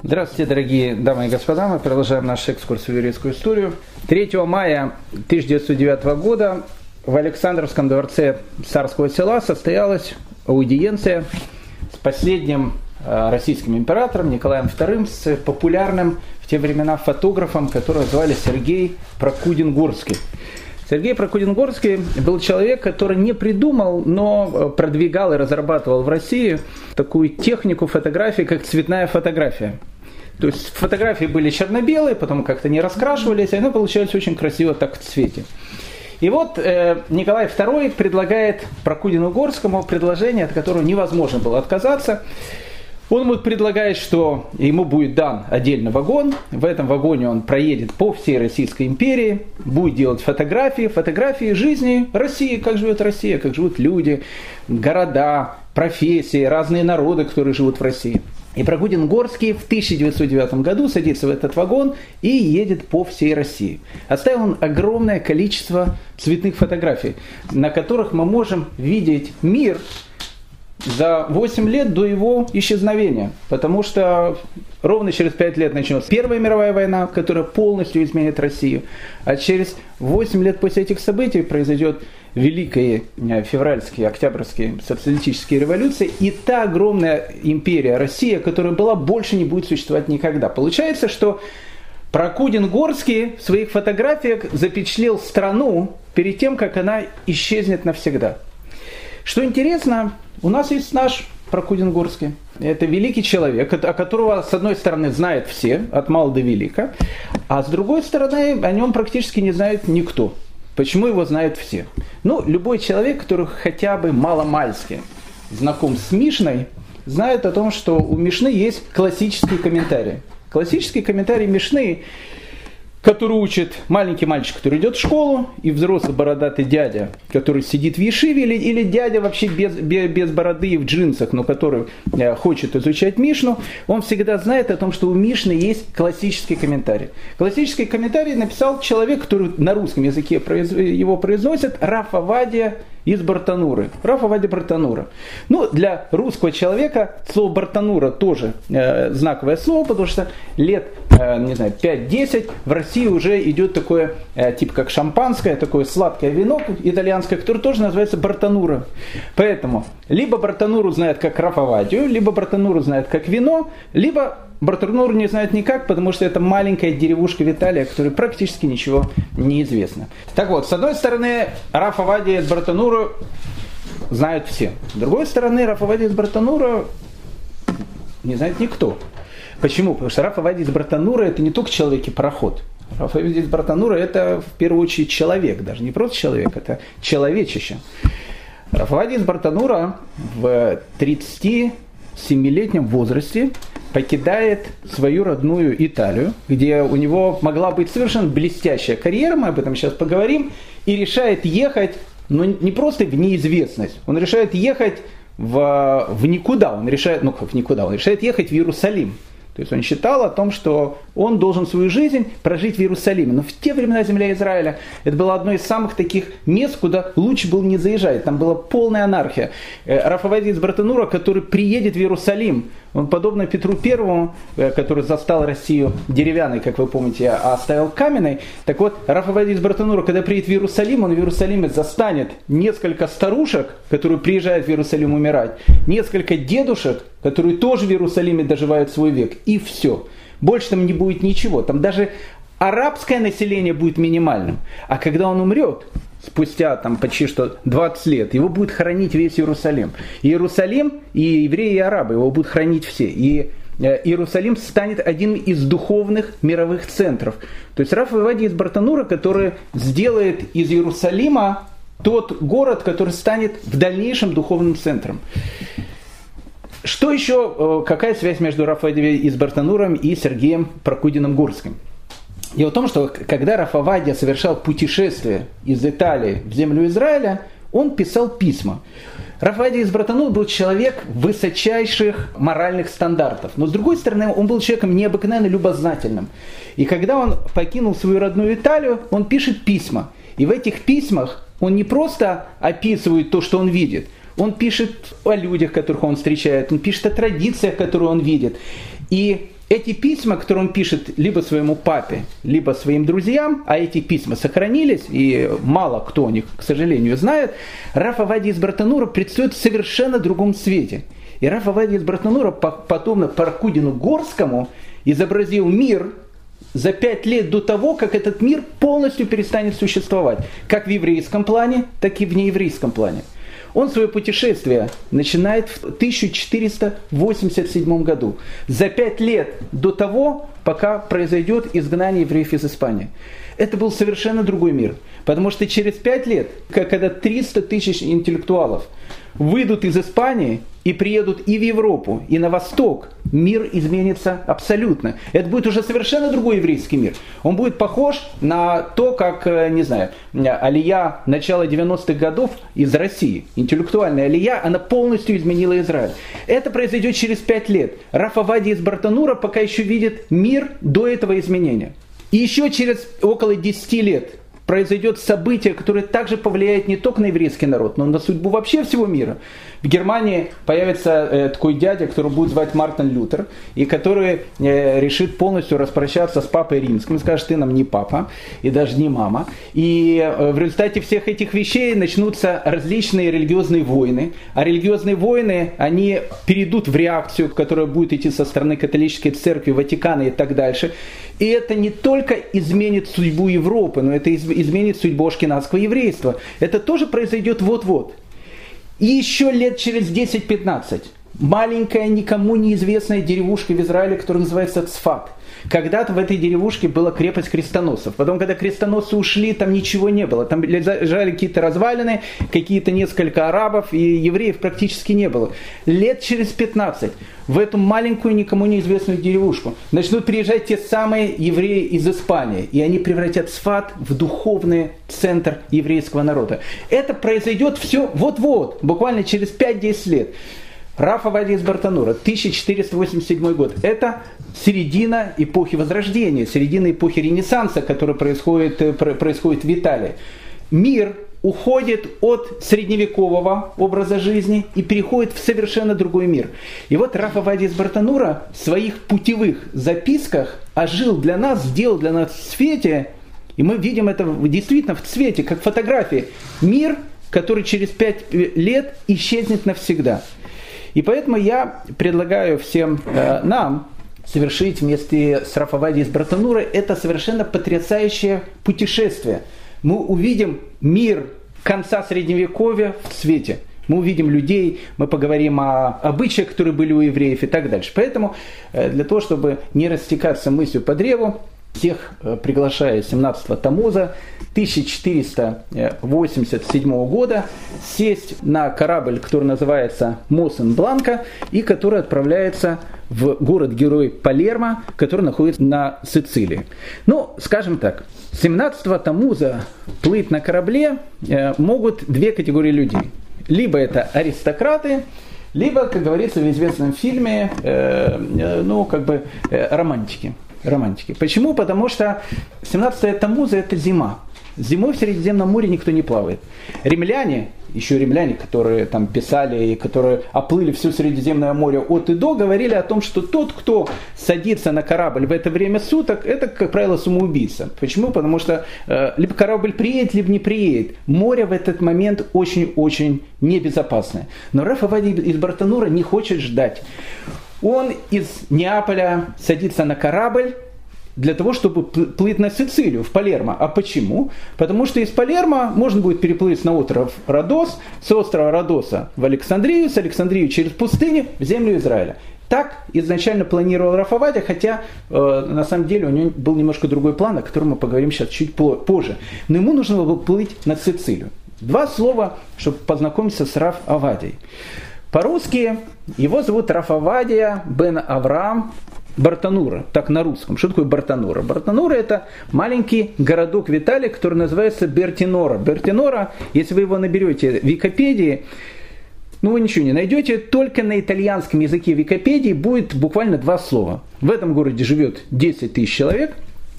Здравствуйте, дорогие дамы и господа. Мы продолжаем наш экскурс в еврейскую историю. 3 мая 1909 года в Александровском дворце Царского Села состоялась аудиенция с последним российским императором Николаем II, с популярным в те времена фотографом, которого звали Сергей Прокудин-Горский. Сергей Прокудин-Горский был человек, который не придумал, но продвигал и разрабатывал в России такую технику фотографии, как цветная фотография. То есть фотографии были черно-белые, потом как-то не раскрашивались, и они получались очень красиво так в цвете. И вот Николай II предлагает Прокудину-Горскому предложение, от которого невозможно было отказаться. Он ему предлагает, что ему будет дан отдельный вагон. В этом вагоне он проедет по всей Российской империи, будет делать фотографии жизни России, как живет Россия, как живут люди, города, профессии, разные народы, которые живут в России. И Прокудин-Горский в 1909 году садится в этот вагон и едет по всей России. Оставил он огромное количество цветных фотографий, на которых мы можем видеть мир за 8 лет до его исчезновения. Потому что ровно через 5 лет начнется Первая мировая война, которая полностью изменит Россию. А через 8 лет после этих событий произойдет великие февральские, октябрьские социалистические революции, и та огромная империя Россия, которая была, больше не будет существовать никогда. Получается, что Прокудин-Горский в своих фотографиях запечатлел страну перед тем, как она исчезнет навсегда. Что интересно, у нас есть наш Прокудин-Горский. Это великий человек, о которого, с одной стороны, знают все, от мала до велика, а с другой стороны, о нем практически не знает никто. Почему его знают все? Любой человек, который хотя бы маломальски знаком с Мишной, знает о том, что у Мишны есть классический комментарий. Классический комментарий Мишны, который учит маленький мальчик, который идет в школу, и взрослый бородатый дядя, который сидит в ешиве, или дядя вообще без бороды и в джинсах, но который хочет изучать Мишну, он всегда знает о том, что у Мишны есть классический комментарий. Классический комментарий написал человек, который на русском языке его произносит, Раф Овадия из Бартануры. Раф Овадия Бартанура. Для русского человека слово Бартанура тоже знаковое слово, потому что лет 5-10 в России уже идет такое, типа как шампанское, такое сладкое вино итальянское, которое тоже называется Бартанура. Поэтому либо Бартануру знают как Раф Овадию, либо Бартануру знают как вино, либо Бартануру не знают никак, потому что это маленькая деревушка в Италии, о которой практически ничего не известно. Так вот, с одной стороны, Раф Овадия из Бартануры знают все. С другой стороны, Раф Овадия из Бартанура не знает никто. Почему? Потому что Раф Овадия из Бартанура это не только человек и пароход. Раф Овадия из Бартанура это в первую очередь человек, даже не просто человек, это человечище. Раф Овадия из Бартанура в 37-летнем возрасте покидает свою родную Италию, где у него могла быть совершенно блестящая карьера, мы об этом сейчас поговорим, и решает ехать, не просто в неизвестность, он решает ехать в никуда, он решает ехать в Иерусалим. То есть он считал о том, что он должен свою жизнь прожить в Иерусалиме. Но в те времена земля Израиля это было одно из самых таких мест, куда лучше было не заезжать. Там была полная анархия. Раф Овадия из Бартанура, который приедет в Иерусалим, он, подобно Петру Первому, который застал Россию деревянной, как вы помните, а оставил каменной. Так вот, Раф Овадия из Бартанура, когда приедет в Иерусалим, он в Иерусалиме застанет несколько старушек, которые приезжают в Иерусалим умирать, несколько дедушек, которые тоже в Иерусалиме доживают свой век. И все. Больше там не будет ничего. Там даже арабское население будет минимальным. А когда он умрет, спустя почти что 20 лет, его будет хоронить весь Иерусалим. И Иерусалим, и евреи, и арабы, его будут хранить все. И Иерусалим станет одним из духовных мировых центров. То есть Раф Овадия из Бартанура, который сделает из Иерусалима тот город, который станет в дальнейшем духовным центром. Что еще, какая связь между Раф Овадией из Бартануром и Сергеем Прокудиным-Горским? Дело в том, что когда Раф Овадия совершал путешествие из Италии в землю Израиля, он писал письма. Раф Овадия из Бартанура был человек высочайших моральных стандартов. Но с другой стороны, он был человеком необыкновенно любознательным. И когда он покинул свою родную Италию, он пишет письма. И в этих письмах он не просто описывает то, что он видит, он пишет о людях, которых он встречает, он пишет о традициях, которые он видит. И эти письма, которые он пишет либо своему папе, либо своим друзьям, а эти письма сохранились, и мало кто о них, к сожалению, знает, Раф Овадия из Бартанура предстает в совершенно другом свете. И Раф Овадия из Бартанура, подобно Паркудину Горскому, изобразил мир за 5 лет до того, как этот мир полностью перестанет существовать, как в еврейском плане, так и в нееврейском плане. Он свое путешествие начинает в 1487 году, за 5 лет до того, пока произойдет изгнание евреев из Испании. Это был совершенно другой мир, потому что через 5 лет, когда 300 тысяч интеллектуалов выйдут из Испании и приедут и в Европу, и на Восток, мир изменится абсолютно. Это будет уже совершенно другой еврейский мир. Он будет похож на то, как, не знаю, алия начала 90-х годов из России. Интеллектуальная алия, она полностью изменила Израиль. Это произойдет через 5 лет. Раф Овадия из Бартанура пока еще видит мир до этого изменения. И еще через около 10 лет произойдет событие, которое также повлияет не только на еврейский народ, но и на судьбу вообще всего мира. В Германии появится такой дядя, который будет звать Мартин Лютер, и который решит полностью распрощаться с папой римским, скажет: ты нам не папа, и даже не мама. И в результате всех этих вещей начнутся различные религиозные войны. А религиозные войны, они перейдут в реакцию, которая будет идти со стороны католической церкви, Ватикана и так дальше. И это не только изменит судьбу Европы, но это изменит судьбу ашкеназского еврейства. Это тоже произойдет вот-вот. И еще лет через 10-15 маленькая, никому неизвестная деревушка в Израиле, которая называется Цфат. Когда-то в этой деревушке была крепость крестоносцев. Потом, когда крестоносцы ушли, там ничего не было. Там лежали какие-то развалины, какие-то несколько арабов, и евреев практически не было. Лет через 15 в эту маленькую, никому неизвестную деревушку начнут приезжать те самые евреи из Испании. И они превратят Цфат в духовный центр еврейского народа. Это произойдет все вот-вот, буквально через 5-10 лет. Раф Овадия из Бартанура, 1487 год. Это середина эпохи Возрождения, середина эпохи Ренессанса, которая происходит в Италии. Мир уходит от средневекового образа жизни и переходит в совершенно другой мир. И вот Раф Овадия из Бартанура в своих путевых записках ожил для нас, сделал для нас в цвете, и мы видим это действительно в цвете, как фотографии. Мир, который через 5 лет исчезнет навсегда. И поэтому я предлагаю всем нам совершить вместе с Раф Овадией из Бартанура это совершенно потрясающее путешествие. Мы увидим мир конца Средневековья в цвете. Мы увидим людей, мы поговорим о обычаях, которые были у евреев и так дальше. Поэтому для того, чтобы не растекаться мыслью по древу, всех приглашаю 17 Тамуза 1487 года сесть на корабль, который называется Мосен-Бланка, и который отправляется в город-герой Палермо, который находится на Сицилии. Ну, скажем так, 17 Тамуза плыть на корабле могут 2 категории людей. Либо это аристократы, либо, как говорится в известном фильме, романтики. Почему? Потому что 17 Тамуза – это зима. Зимой в Средиземном море никто не плавает. Римляне, которые там писали и которые оплыли все Средиземное море от и до, говорили о том, что тот, кто садится на корабль в это время суток, это, как правило, самоубийца. Почему? Потому что либо корабль приедет, либо не приедет. Море в этот момент очень-очень небезопасное. Но Раф Овадия из Бартанура не хочет ждать. Он из Неаполя садится на корабль для того, чтобы плыть на Сицилию, в Палермо. А почему? Потому что из Палермо можно будет переплыть на остров Родос, с острова Родоса в Александрию, с Александрии через пустыню в землю Израиля. Так изначально планировал Раф Овадия, хотя на самом деле у него был немножко другой план, о котором мы поговорим сейчас чуть позже. Но ему нужно было плыть на Сицилию. 2 слова, чтобы познакомиться с Раф Овадией. По-русски его зовут Раф Овадия бен Авраам Бартанура, так на русском. Что такое Бартанура? Бартанура – это маленький городок в Италии, который называется Бертинора. Бертинора, если вы его наберете в Википедии, вы ничего не найдете, только на итальянском языке Википедии будет буквально 2 слова. В этом городе живет 10 тысяч человек.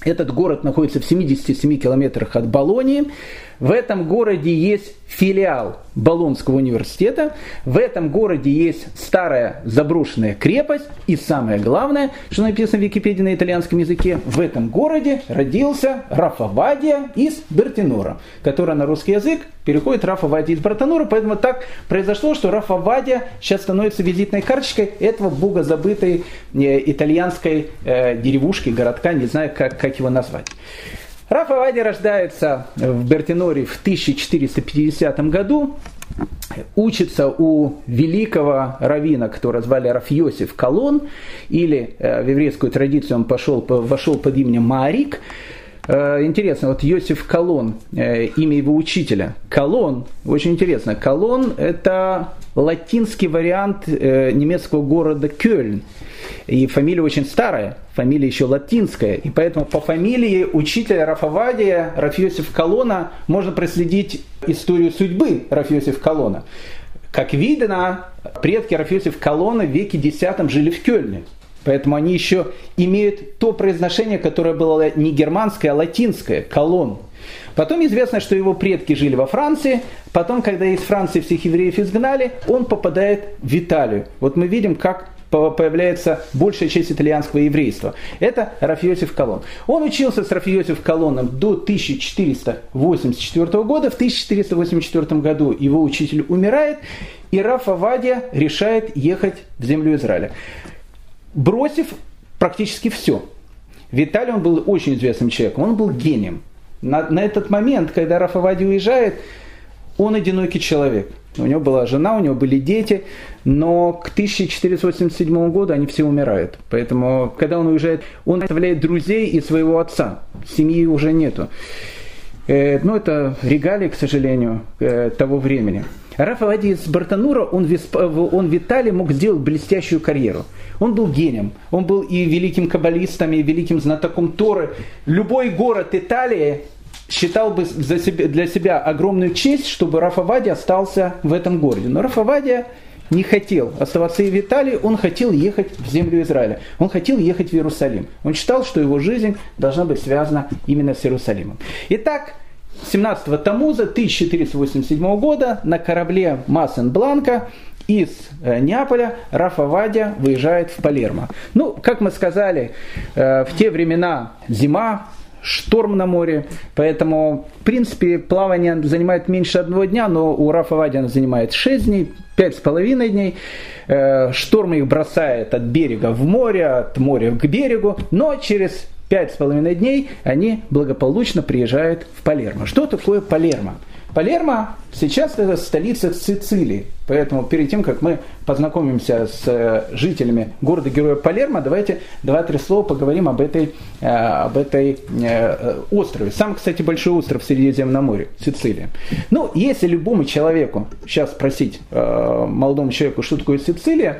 Этот город находится в 77 километрах от Болонии. В этом городе есть филиал Болонского университета. В этом городе есть старая заброшенная крепость. И самое главное, что написано в Википедии на итальянском языке, в этом городе родился Раф Овадия из Бертинора, который на русский язык переходит Раф Овадия из Бертинора. Поэтому так произошло, что Раф Овадия сейчас становится визитной карточкой этого богозабытой итальянской деревушки, городка, не знаю, как его назвать. Раф Овадия рождается в Бертиноре в 1450 году, учится у великого раввина, которого звали Раф Йосиф Калон, или в еврейскую традицию он вошел под именем Маарик. Интересно, вот Йосиф Калон, имя его учителя. Калон, очень интересно, Калон – это латинский вариант немецкого города Кёльн. И фамилия очень старая, фамилия еще латинская. И поэтому по фамилии учителя Раф Овадия, Раф Йосиф Калона, можно проследить историю судьбы Раф Йосиф Калона. Как видно, предки Раф Йосиф Калона в веке X жили в Кёльне. Поэтому они еще имеют то произношение, которое было не германское, а латинское, Калон. Потом известно, что его предки жили во Франции. Потом, когда из Франции всех евреев изгнали, он попадает в Италию. Вот мы видим, как появляется большая часть итальянского еврейства. Это Раф Йосиф Калон. Он учился с Раф Йосиф Калоном до 1484 года. В 1484 году его учитель умирает, и Раф Овадия решает ехать в землю Израиля, бросив практически все. В Италии он был очень известным человеком, он был гением. На этот момент, когда Раф Овадия уезжает, он одинокий человек. У него была жена, у него были дети, но к 1487 году они все умирают. Поэтому, когда он уезжает, он оставляет друзей и своего отца. Семьи уже нету. Но это регалии, к сожалению, того времени. Раф Овадия из Бертинора, он в Италии мог сделать блестящую карьеру. Он был гением, он был и великим каббалистом, и великим знатоком Торы. Любой город Италии считал бы для себя огромную честь, чтобы Раф Овадия остался в этом городе. Но Раф Овадия не хотел оставаться и в Италии, он хотел ехать в землю Израиля. Он хотел ехать в Иерусалим. Он считал, что его жизнь должна быть связана именно с Иерусалимом. Итак, 17 Тамуза 1487 года на корабле Массен-Бланка из Неаполя Раф Овадия выезжает в Палермо. Ну, как мы сказали, в те времена зима, шторм на море, поэтому, в принципе, плавание занимает меньше одного дня, но у Рафа Овадия оно занимает 6 дней, 5,5 дней. Шторм их бросает от берега в море, от моря к берегу, но через 5,5 дней они благополучно приезжают в Палермо. Что такое Палермо? Палермо сейчас это столица Сицилии. Поэтому перед тем, как мы познакомимся с жителями города-героя Палермо, давайте 2-3 слова поговорим об этой острове. Самый, кстати, большой остров в Средиземном море, Сицилия. Ну, если любому человеку сейчас спросить, молодому человеку, что такое Сицилия,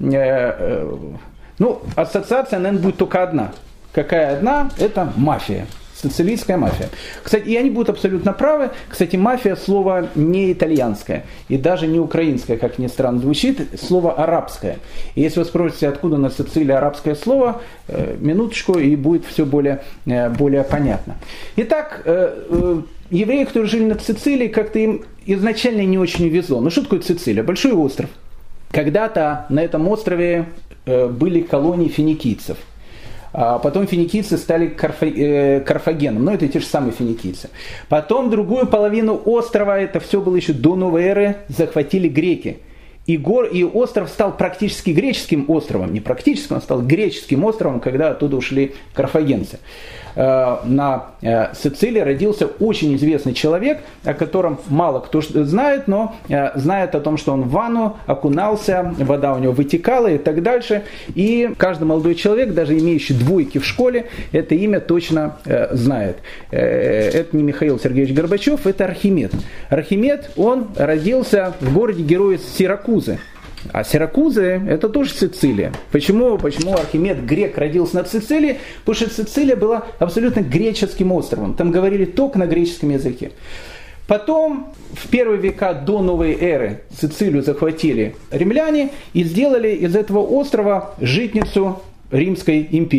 ассоциация, наверное, будет только одна. Какая одна? Это мафия. Сицилийская мафия. Кстати, и они будут абсолютно правы. Кстати, мафия слово не итальянское и даже не украинское, как ни странно звучит, слово арабское. И если вы спросите, откуда на Сицилии арабское слово, минуточку, и будет все более понятно. Итак, евреи, которые жили на Сицилии, как-то им изначально не очень везло. Ну что такое Сицилия? Большой остров. Когда-то на этом острове были колонии финикийцев. А потом финикийцы стали Карфагеном, но это те же самые финикийцы. Потом другую половину острова, это все было еще до новой эры, захватили греки. И остров стал практически греческим островом. Не практически, он стал греческим островом, когда оттуда ушли карфагенцы. На Сицилии родился очень известный человек, о котором мало кто знает, но знает о том, что он в ванну окунался, вода у него вытекала и так дальше. И каждый молодой человек, даже имеющий двойки в школе, это имя точно знает. Это не Михаил Сергеевич Горбачев, это Архимед. Архимед, он родился в городе-герое Сиракузы. А Сиракузы – это тоже Сицилия. Почему Архимед, грек, родился на Сицилии? Потому что Сицилия была абсолютно греческим островом. Там говорили только на греческом языке. Потом, в первые века до новой эры, Сицилию захватили римляне и сделали из этого острова житницу Римской империи.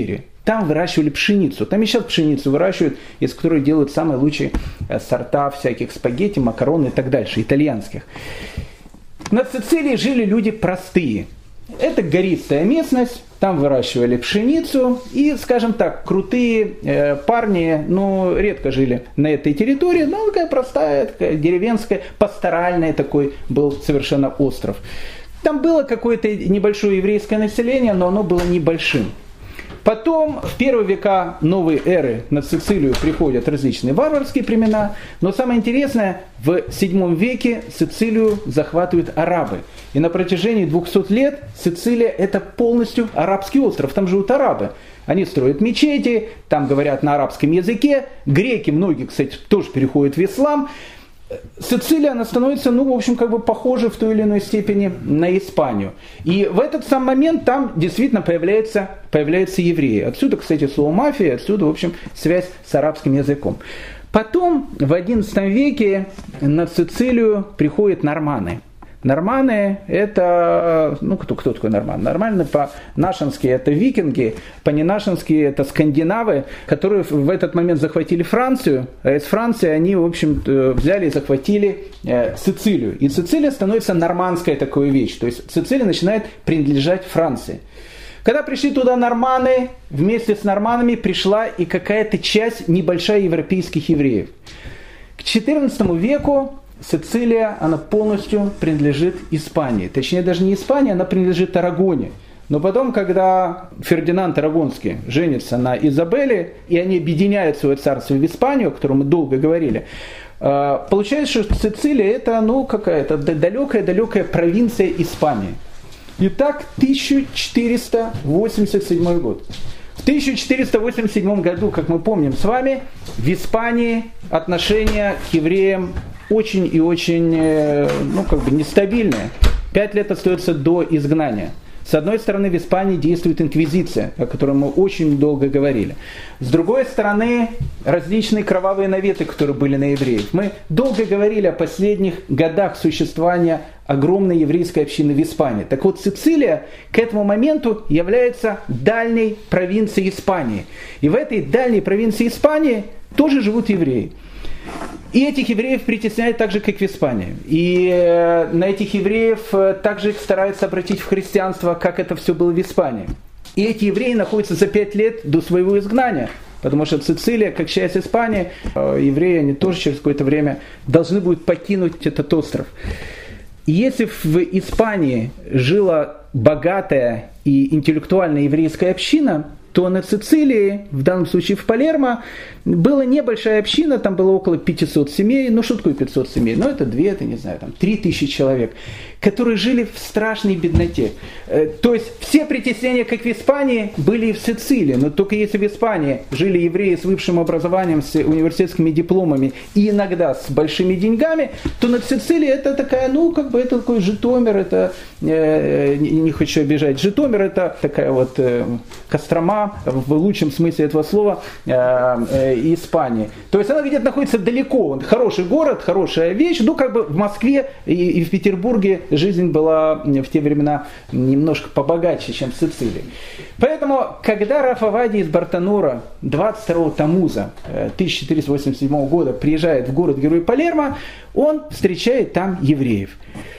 там выращивали пшеницу. Там и сейчас пшеницу выращивают, из которой делают самые лучшие сорта всяких спагетти, макарон и так дальше, итальянских. На Сицилии жили люди простые. Это гористая местность, там выращивали пшеницу, и, скажем так, крутые парни, редко жили на этой территории, но такая простая, такая деревенская, пасторальная такой был совершенно остров. Там было какое-то небольшое еврейское население, но оно было небольшим. Потом, в первые века новой эры на Сицилию приходят различные варварские племена, но самое интересное, в VII веке Сицилию захватывают арабы. И на протяжении 200 лет Сицилия это полностью арабский остров, там живут арабы. Они строят мечети, там говорят на арабском языке, греки, многие, кстати, тоже переходят в ислам. Сицилия, она становится, похожа в той или иной степени на Испанию. И в этот самый момент там действительно появляются евреи. Отсюда, кстати, слово «мафия», отсюда, в общем, связь с арабским языком. Потом, в XI веке на Сицилию приходят норманы. Норманы – это, кто такой норман? Нормально по-нашенски это викинги, по-ненашенски это скандинавы, которые в этот момент захватили Францию, а из Франции они, в общем, взяли и захватили Сицилию. И Сицилия становится нормандская такая вещь, то есть Сицилия начинает принадлежать Франции. Когда пришли туда норманы, вместе с норманами пришла и какая-то часть небольшая европейских евреев. К XIV веку Сицилия, она полностью принадлежит Испании. Точнее, даже не Испании, она принадлежит Арагоне. Но потом, когда Фердинанд Арагонский женится на Изабелле, и они объединяют свое царство в Испанию, о котором мы долго говорили, получается, что Сицилия это какая-то далекая провинция Испании. Итак, 1487 год. В 1487 году, как мы помним с вами, в Испании отношение к евреям очень и очень нестабильное. 5 лет остается до изгнания. С одной стороны, в Испании действует инквизиция, о которой мы очень долго говорили. С другой стороны, различные кровавые наветы, которые были на евреев. Мы долго говорили о последних годах существования огромной еврейской общины в Испании. Так вот, Сицилия к этому моменту является дальней провинцией Испании. И в этой дальней провинции Испании тоже живут евреи. И этих евреев притесняют так же, как в Испании. И на этих евреев также их стараются обратить в христианство, как это все было в Испании. И эти евреи находятся за 5 лет до своего изгнания. Потому что Сицилия, как часть Испании, евреи, они тоже через какое-то время должны будут покинуть этот остров. И если в Испании жила богатая и интеллектуальная еврейская община, то на Сицилии, в данном случае в Палермо, была небольшая община, там было около 500 семей, что такое 500 семей? Это 3000 человек, которые жили в страшной бедноте. То есть все притеснения, как в Испании, были и в Сицилии, но только если в Испании жили евреи с высшим образованием, с университетскими дипломами и иногда с большими деньгами, то на Сицилии это такая, это такой Житомир, это, не хочу обижать, Житомир это такая вот Кострома, в лучшем смысле этого слова, Испании. То есть она где-то находится далеко. Хороший город, хорошая вещь. В Москве и в Петербурге жизнь была в те времена немножко побогаче, чем в Сицилии. Поэтому, когда Раф Овадия из Бартанура 22 Тамуза 1487 года приезжает в город-герой Палермо, он встречает там евреев.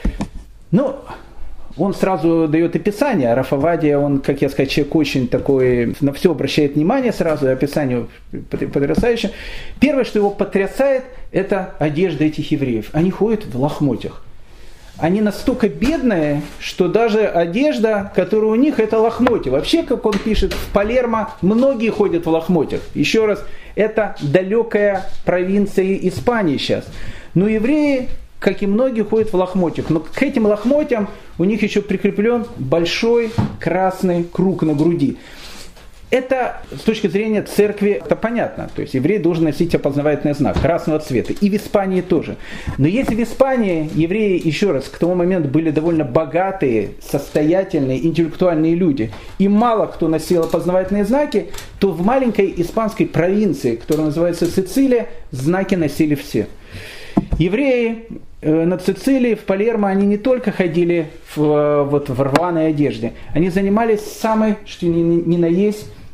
Он сразу дает описание. Раф Овадия, он, как я сказал, человек очень такой, на все обращает внимание сразу, описание потрясающее. Первое, что его потрясает, это одежда этих евреев. Они ходят в лохмотьях. Они настолько бедные, что даже одежда, которая у них, это лохмотья. Вообще, как он пишет, в Палермо многие ходят в лохмотьях. Еще раз, это далекая провинция Испании сейчас. Но евреи, как и многие, ходят в лохмотьях. Но к этим лохмотьям у них еще прикреплен большой красный круг на груди. Это с точки зрения церкви, это понятно. То есть еврей должен носить опознавательный знак красного цвета. И в Испании тоже. Но если в Испании евреи, еще раз, к тому моменту были довольно богатые, состоятельные, интеллектуальные люди, и мало кто носил опознавательные знаки, то в маленькой испанской провинции, которая называется Сицилия, знаки носили все. Евреи на Сицилии, в Палермо, они не только ходили в рваной одежде, они занимались самой, что ни на есть,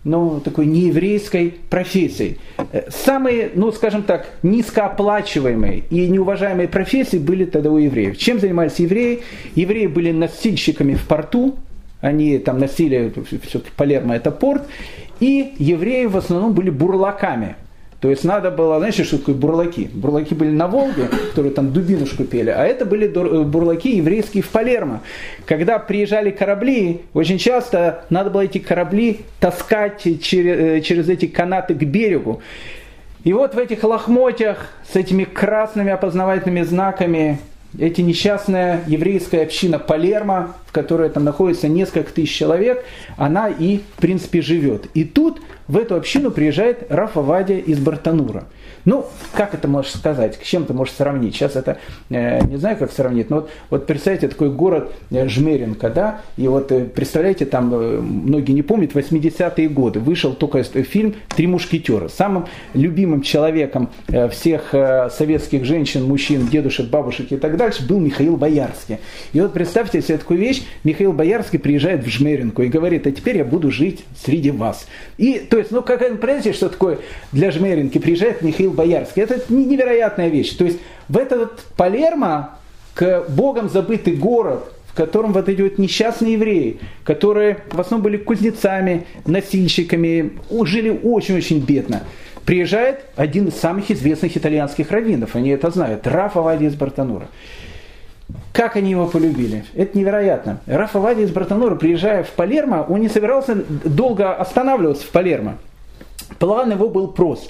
такой нееврейской профессией. Самые, скажем так, низкооплачиваемые и неуважаемые профессии были тогда у евреев. Чем занимались евреи? Евреи были носильщиками в порту, они там носили, все-таки Палермо это порт, и евреи в основном были бурлаками. То есть надо было, знаете, что такое бурлаки? Бурлаки были на Волге, которые там дубинушку пели, а это были бурлаки еврейские в Палермо. Когда приезжали корабли, очень часто надо было эти корабли таскать через эти канаты к берегу. И вот в этих лохмотьях с этими красными опознавательными знаками эти несчастная еврейская община Палермо, в которой там находится несколько тысяч человек, она и, в принципе, живет. И тут в эту общину приезжает Рав Овадия из Бартанура. Как это можешь сказать? С чем ты можешь сравнить? Сейчас это, не знаю, как сравнить, но вот представьте такой город Жмеринка, да? И вот представляете, там, многие не помнят, 80-е годы вышел только фильм «Три мушкетера». Самым любимым человеком всех советских женщин, мужчин, дедушек, бабушек и так дальше был Михаил Боярский. И вот представьте себе такую вещь, Михаил Боярский приезжает в Жмеринку и говорит: а теперь я буду жить среди вас. И, то есть, представляете, что такое для Жмеринки? Приезжает Михаил Боярский. Это невероятная вещь. То есть в этот Палермо, к богом забытый город, в котором вот эти вот несчастные евреи, которые в основном были кузнецами, носильщиками, жили очень-очень бедно, приезжает один из самых известных итальянских раввинов, они это знают, Рав Овадия из Бартанура. Как они его полюбили? Это невероятно. Рав Овадия из Бартанура, приезжая в Палермо, он не собирался долго останавливаться в Палермо. План его был прост.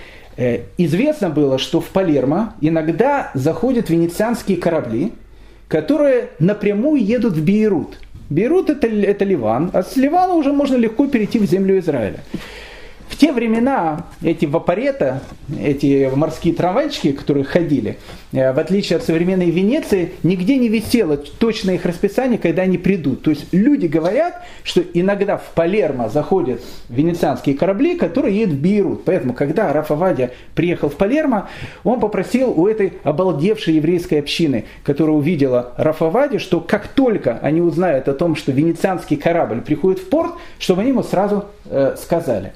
Известно было, что в Палермо иногда заходят венецианские корабли, которые напрямую едут в Бейрут. Бейрут это Ливан, а с Ливана уже можно легко перейти в землю Израиля. В те времена эти вапорета, эти морские трамвайчики, которые ходили, в отличие от современной Венеции, нигде не висело точное их расписание, когда они придут. То есть люди говорят, что иногда в Палермо заходят венецианские корабли, которые едут в Бейрут. Поэтому, когда Рав Овадия приехал в Палермо, он попросил у этой обалдевшей еврейской общины, которая увидела Рав Овадию, что как только они узнают о том, что венецианский корабль приходит в порт, чтобы они ему сразу сказали.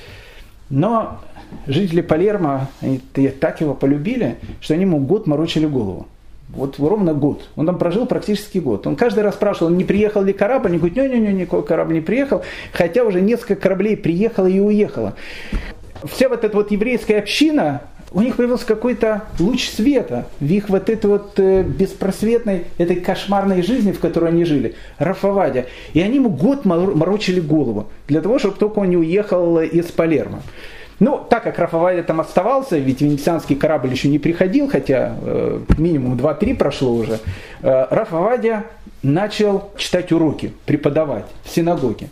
Но жители Палермо, они так его полюбили, что они ему год морочили голову. Вот ровно год. Он там прожил практически год. Он каждый раз спрашивал, не приехал ли корабль. Они говорят, не, никакой корабль не приехал. Хотя уже несколько кораблей приехало и уехало. Вся вот эта вот еврейская община, у них появился какой-то луч света в их вот этой вот беспросветной, этой кошмарной жизни, в которой они жили. Рав Овадия. И они ему год морочили голову, для того, чтобы только он не уехал из Палермо. Так как Рав Овадия там оставался, ведь венецианский корабль еще не приходил, хотя минимум 2-3 прошло уже, Рав Овадия начал читать уроки, преподавать в синагоге.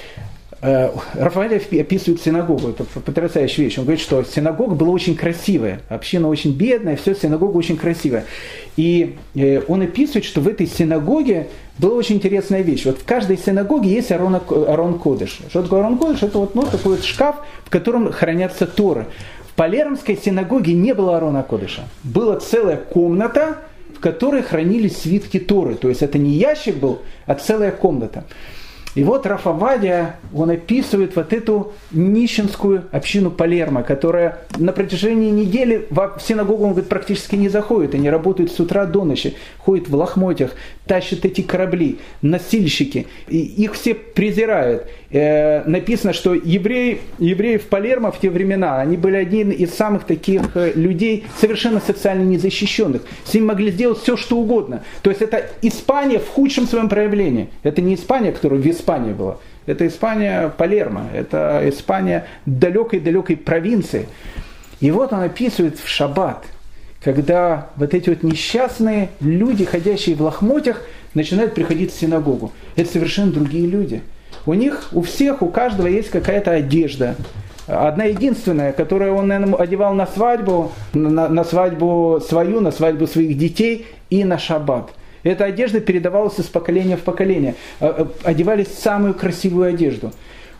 Рав Овадия описывает синагогу, это потрясающая вещь. Он говорит, что синагога была очень красивая, община очень бедная, все, синагога очень красивая. И он описывает, что в этой синагоге была очень интересная вещь. Вот в каждой синагоге есть Арон Кодеш. Что такое Арон Кодеш? Это вот такой вот шкаф, в котором хранятся Торы. В Палермской синагоге не было Арона Кодеша. Была целая комната, в которой хранились свитки Торы. То есть это не ящик был, а целая комната. И вот Рав Овадия, он описывает вот эту нищенскую общину Палермо, которая на протяжении недели в синагогу, он говорит, практически не заходит. Они работают с утра до ночи, ходят в лохмотьях, тащат эти корабли, носильщики. И их все презирают. Написано, что евреи в Палермо в те времена, они были одни из самых таких людей, совершенно социально незащищенных. С ними могли сделать все, что угодно. То есть это Испания в худшем своем проявлении. Это не Испания, которая в Испании была. Это Испания Палермо. Это Испания далекой-далекой провинции. И вот он описывает в шаббат, когда вот эти вот несчастные люди, ходящие в лохмотьях, начинают приходить в синагогу. Это совершенно другие люди. У них, у всех, у каждого есть какая-то одежда. Одна единственная, которую он, наверное, одевал на свадьбу, на свадьбу свою, на свадьбу своих детей и на шаббат. Эта одежда передавалась из поколения в поколение. Одевались в самую красивую одежду.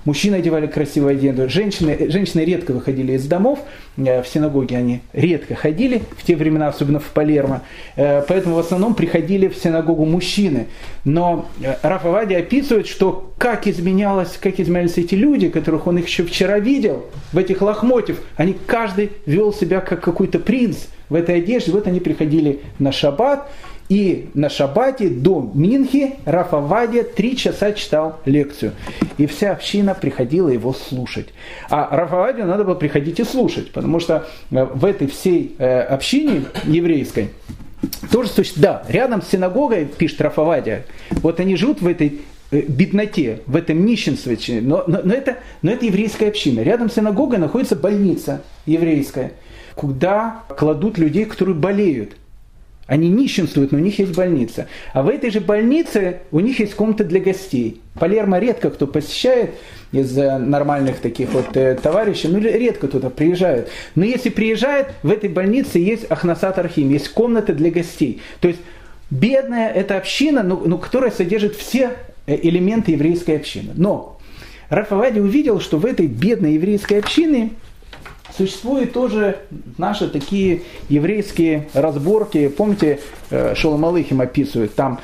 мужчины одевали красивую одежду, женщины редко выходили из домов, в синагоги они редко ходили, в те времена, особенно в Палермо, поэтому в основном приходили в синагогу мужчины. Но Рав Овадия описывает, что как изменялись эти люди, которых он их еще вчера видел, в этих лохмотьях, они каждый вел себя как какой-то принц в этой одежде. Вот они приходили на шаббат, и на шаббате до Минхи Рав Овадия 3 часа читал лекцию. И вся община приходила его слушать. А Рав Овадию надо было приходить и слушать, потому что в этой всей общине еврейской тоже, да, рядом с синагогой, пишет Рав Овадия, вот они живут в этой бедноте, в этом нищенстве, но это еврейская община. Рядом с синагогой находится больница еврейская, куда кладут людей, которые болеют. Они нищенствуют, но у них есть больница. А в этой же больнице у них есть комната для гостей. Палермо редко кто посещает из нормальных таких вот товарищей, ну редко туда приезжают. Но если приезжает, в этой больнице есть ахнасат архим, есть комната для гостей. То есть бедная эта община, но которая содержит все элементы еврейской общины. Но Рав Овадия увидел, что в этой бедной еврейской общине существуют тоже наши такие еврейские разборки. Помните, Шолом Алейхем описывает, там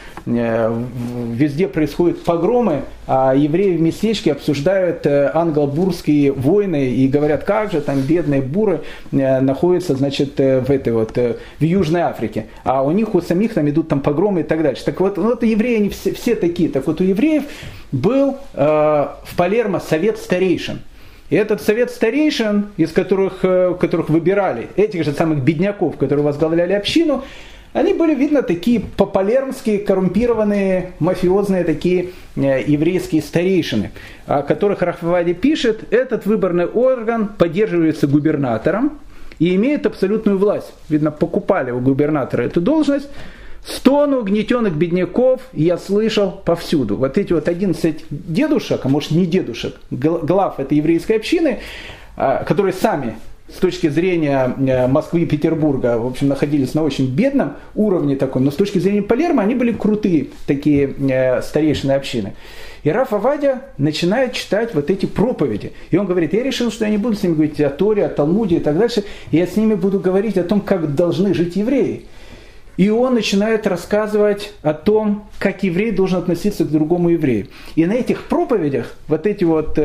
везде происходят погромы, а евреи в местечке обсуждают англо-бурские войны и говорят, как же там бедные буры находятся, значит, в Южной Африке. А у них у самих там идут там погромы и так дальше. Так вот, это евреи, они все такие. Так вот, у евреев был в Палермо совет старейшин. И этот совет старейшин, из которых выбирали этих же самых бедняков, которые возглавляли общину, они были, видно, такие по-палермски коррумпированные, мафиозные такие еврейские старейшины, о которых Рав Овадия пишет, этот выборный орган поддерживается губернатором и имеет абсолютную власть. Видно, покупали у губернатора эту должность. Стону угнетенных бедняков я слышал повсюду. Вот эти вот 11 дедушек, а может не дедушек, глав этой еврейской общины, которые сами с точки зрения Москвы и Петербурга, в общем, находились на очень бедном уровне таком, но с точки зрения Палермо они были крутые такие старейшины общины. И Рав Овадия начинает читать вот эти проповеди. И он говорит, я решил, что я не буду с ними говорить о Торе, о Талмуде и так дальше, я с ними буду говорить о том, как должны жить евреи. И он начинает рассказывать о том, как еврей должен относиться к другому еврею. И на этих проповедях вот эти вот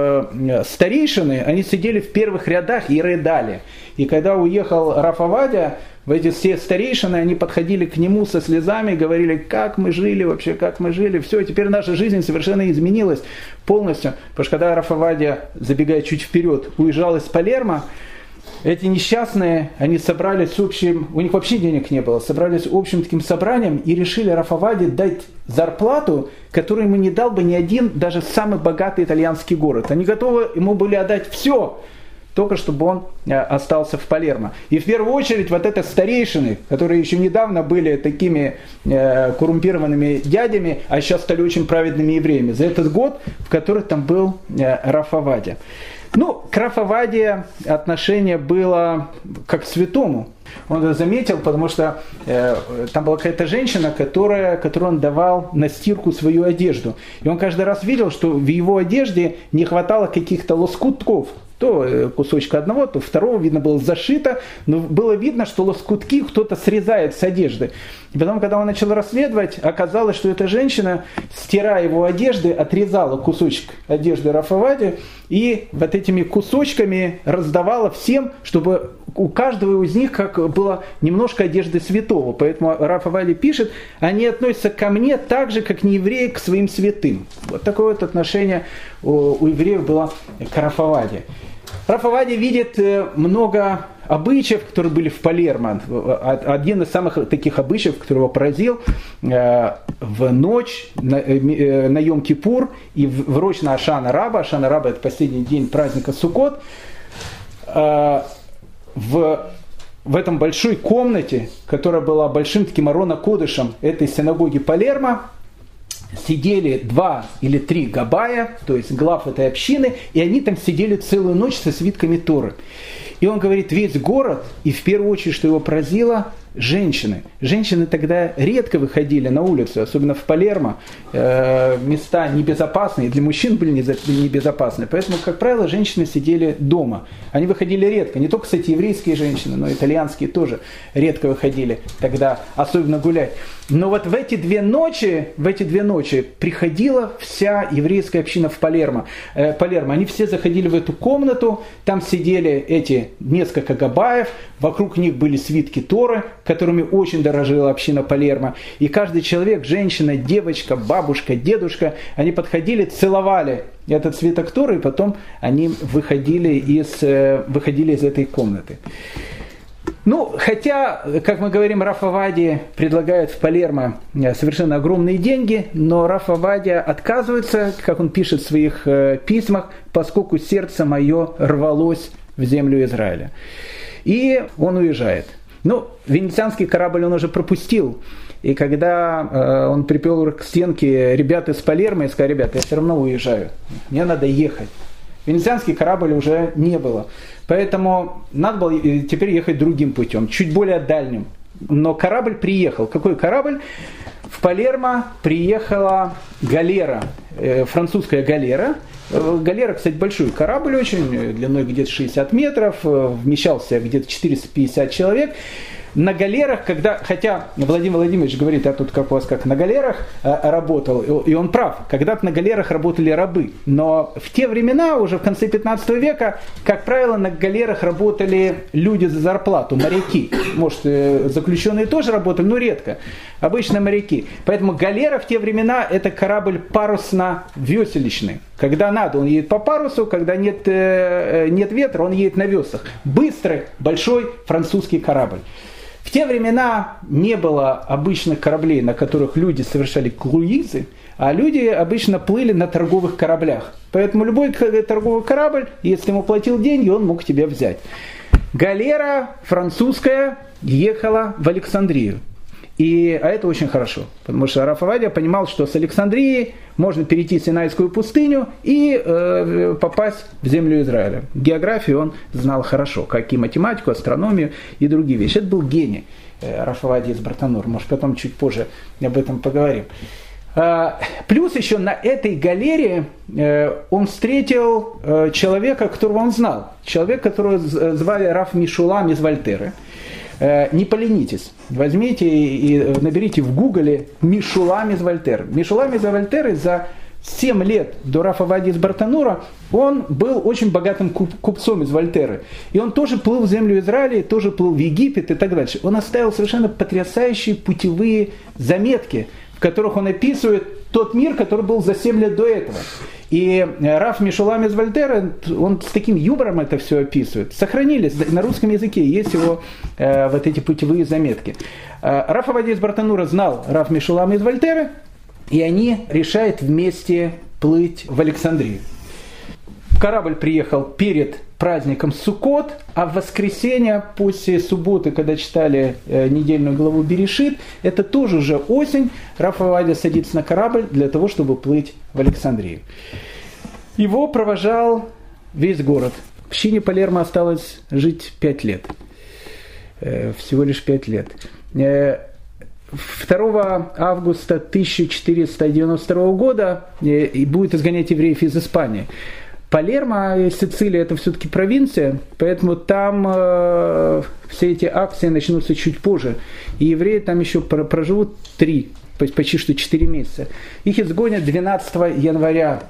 старейшины, они сидели в первых рядах и рыдали. И когда уехал Рав Овадия, эти все старейшины, они подходили к нему со слезами и говорили, как мы жили вообще, как мы жили. Все, теперь наша жизнь совершенно изменилась полностью. Потому что когда Рав Овадия, забегая чуть вперед, уезжал из Палермо, эти несчастные, они собрались общим, у них вообще денег не было, собрались общим таким собранием и решили Рав Овадии дать зарплату, которую ему не дал бы ни один, даже самый богатый итальянский город. Они готовы ему были отдать все, только чтобы он остался в Палермо. И в первую очередь вот это старейшины, которые еще недавно были такими коррумпированными дядями, а сейчас стали очень праведными евреями. За этот год, в который там был Рав Овадия. Ну, к Рав Овадии отношение было как к святому. Он это заметил, потому что там была какая-то женщина, которой он давал на стирку свою одежду. И он каждый раз видел, что в его одежде не хватало каких-то лоскутков. То кусочка одного, то второго, видно, было зашито, но было видно, что лоскутки кто-то срезает с одежды. И потом, когда он начал расследовать, оказалось, что эта женщина, стирая его одежды, отрезала кусочек одежды Рав Овадии и вот этими кусочками раздавала всем, чтобы у каждого из них как было немножко одежды святого. Поэтому Рав Овадия пишет, они относятся ко мне так же, как неевреи к своим святым. Вот такое вот отношение у евреев было к Рав Овадии. Рав Овадия видит много обычаев, которые были в Палермо. Один из самых таких обычаев, который его поразил, в ночь на Йом-Кипур и в ночь на Ашана Раба, Ашана Раба это последний день праздника Суккот, в этом большой комнате, которая была большим таким арона кодышем этой синагоги Палермо, сидели 2 или 3 габая, то есть глав этой общины, и они там сидели целую ночь со свитками Торы. И он говорит, весь город, и в первую очередь, что его поразило, женщины. Женщины тогда редко выходили на улицу, особенно в Палермо. Места небезопасные, для мужчин были небезопасны. Поэтому, как правило, женщины сидели дома. Они выходили редко. Не только, кстати, еврейские женщины, но и итальянские тоже редко выходили тогда, особенно гулять. Но вот в эти две ночи приходила вся еврейская община в Палермо. Они все заходили в эту комнату, там сидели эти несколько габаев, вокруг них были свитки Торы, которыми очень дорожила община Палермо. И каждый человек, женщина, девочка, бабушка, дедушка, они подходили, целовали этот свиток Торы, и потом они выходили из этой комнаты. Хотя, как мы говорим, Раф Овадия предлагает в Палермо совершенно огромные деньги, но Раф Овадия отказывается, как он пишет в своих письмах, поскольку сердце мое рвалось в землю Израиля. И он уезжает. Венецианский корабль он уже пропустил. И когда он припел к стенке ребят из Палермо и сказал: ребята, я все равно уезжаю, мне надо ехать. Венецианский корабль уже не было. Поэтому надо было теперь ехать другим путем, чуть более дальним. Но корабль приехал. Какой корабль? В Палермо приехала галера, французская галера. Галера, кстати, большой корабль очень, длиной где-то 60 метров, вмещался где-то 450 человек. На галерах, хотя Владимир Владимирович говорит, я тут как у вас как на галерах работал, и он прав, когда-то на галерах работали рабы, но в те времена, уже в конце 15 века, как правило, на галерах работали люди за зарплату, моряки. Может, заключенные тоже работали, но редко. Обычно моряки. Поэтому галера в те времена это корабль парусно-веселищный. Когда надо, он едет по парусу, когда нет ветра, он едет на веслах. Быстрый, большой французский корабль. В те времена не было обычных кораблей, на которых люди совершали круизы, а люди обычно плыли на торговых кораблях. Поэтому любой торговый корабль, если ему платил деньги, он мог тебя взять. Галера французская ехала в Александрию. А это очень хорошо, потому что Раф Овадия понимал, что с Александрии можно перейти Синайскую пустыню и попасть в землю Израиля. Географию он знал хорошо, как и математику, астрономию и другие вещи. Это был гений Раф Овадия из Бартанура. Может, потом чуть позже об этом поговорим. Плюс еще на этой галере он встретил человека, которого он знал. Человек, которого звали Раф Мишулам из Вольтеры. Не поленитесь, возьмите и наберите в гугле Мишулам из Вольтеры. Мишулам из Вольтеры за 7 лет до Рафа Овадии из Бартанура он был очень богатым купцом из Вольтеры. И он тоже плыл в землю Израиля, тоже плыл в Египет и так дальше. Он оставил совершенно потрясающие путевые заметки, в которых он описывает тот мир, который был за 7 лет до этого. И Раф Мишулам из Вольтеры, он с таким юмором это все описывает. Сохранились, на русском языке есть его вот эти путевые заметки. Раф Овадия из Бартанура знал Раф Мишулам из Вольтеры, и они решают вместе плыть в Александрию. Корабль приехал перед праздником Суккот, а в воскресенье, после субботы, когда читали недельную главу Берешит, это тоже уже осень, Раф Овадия садится на корабль для того, чтобы плыть в Александрию. Его провожал весь город. В общине Палермо осталось жить 5 лет. Всего лишь 5 лет. 2 августа 1492 года и будет изгонять евреев из Испании. Палермо и Сицилия это все-таки провинция, поэтому там все эти акции начнутся чуть позже. И евреи там еще проживут почти что 4 месяца. Их изгонят 12 января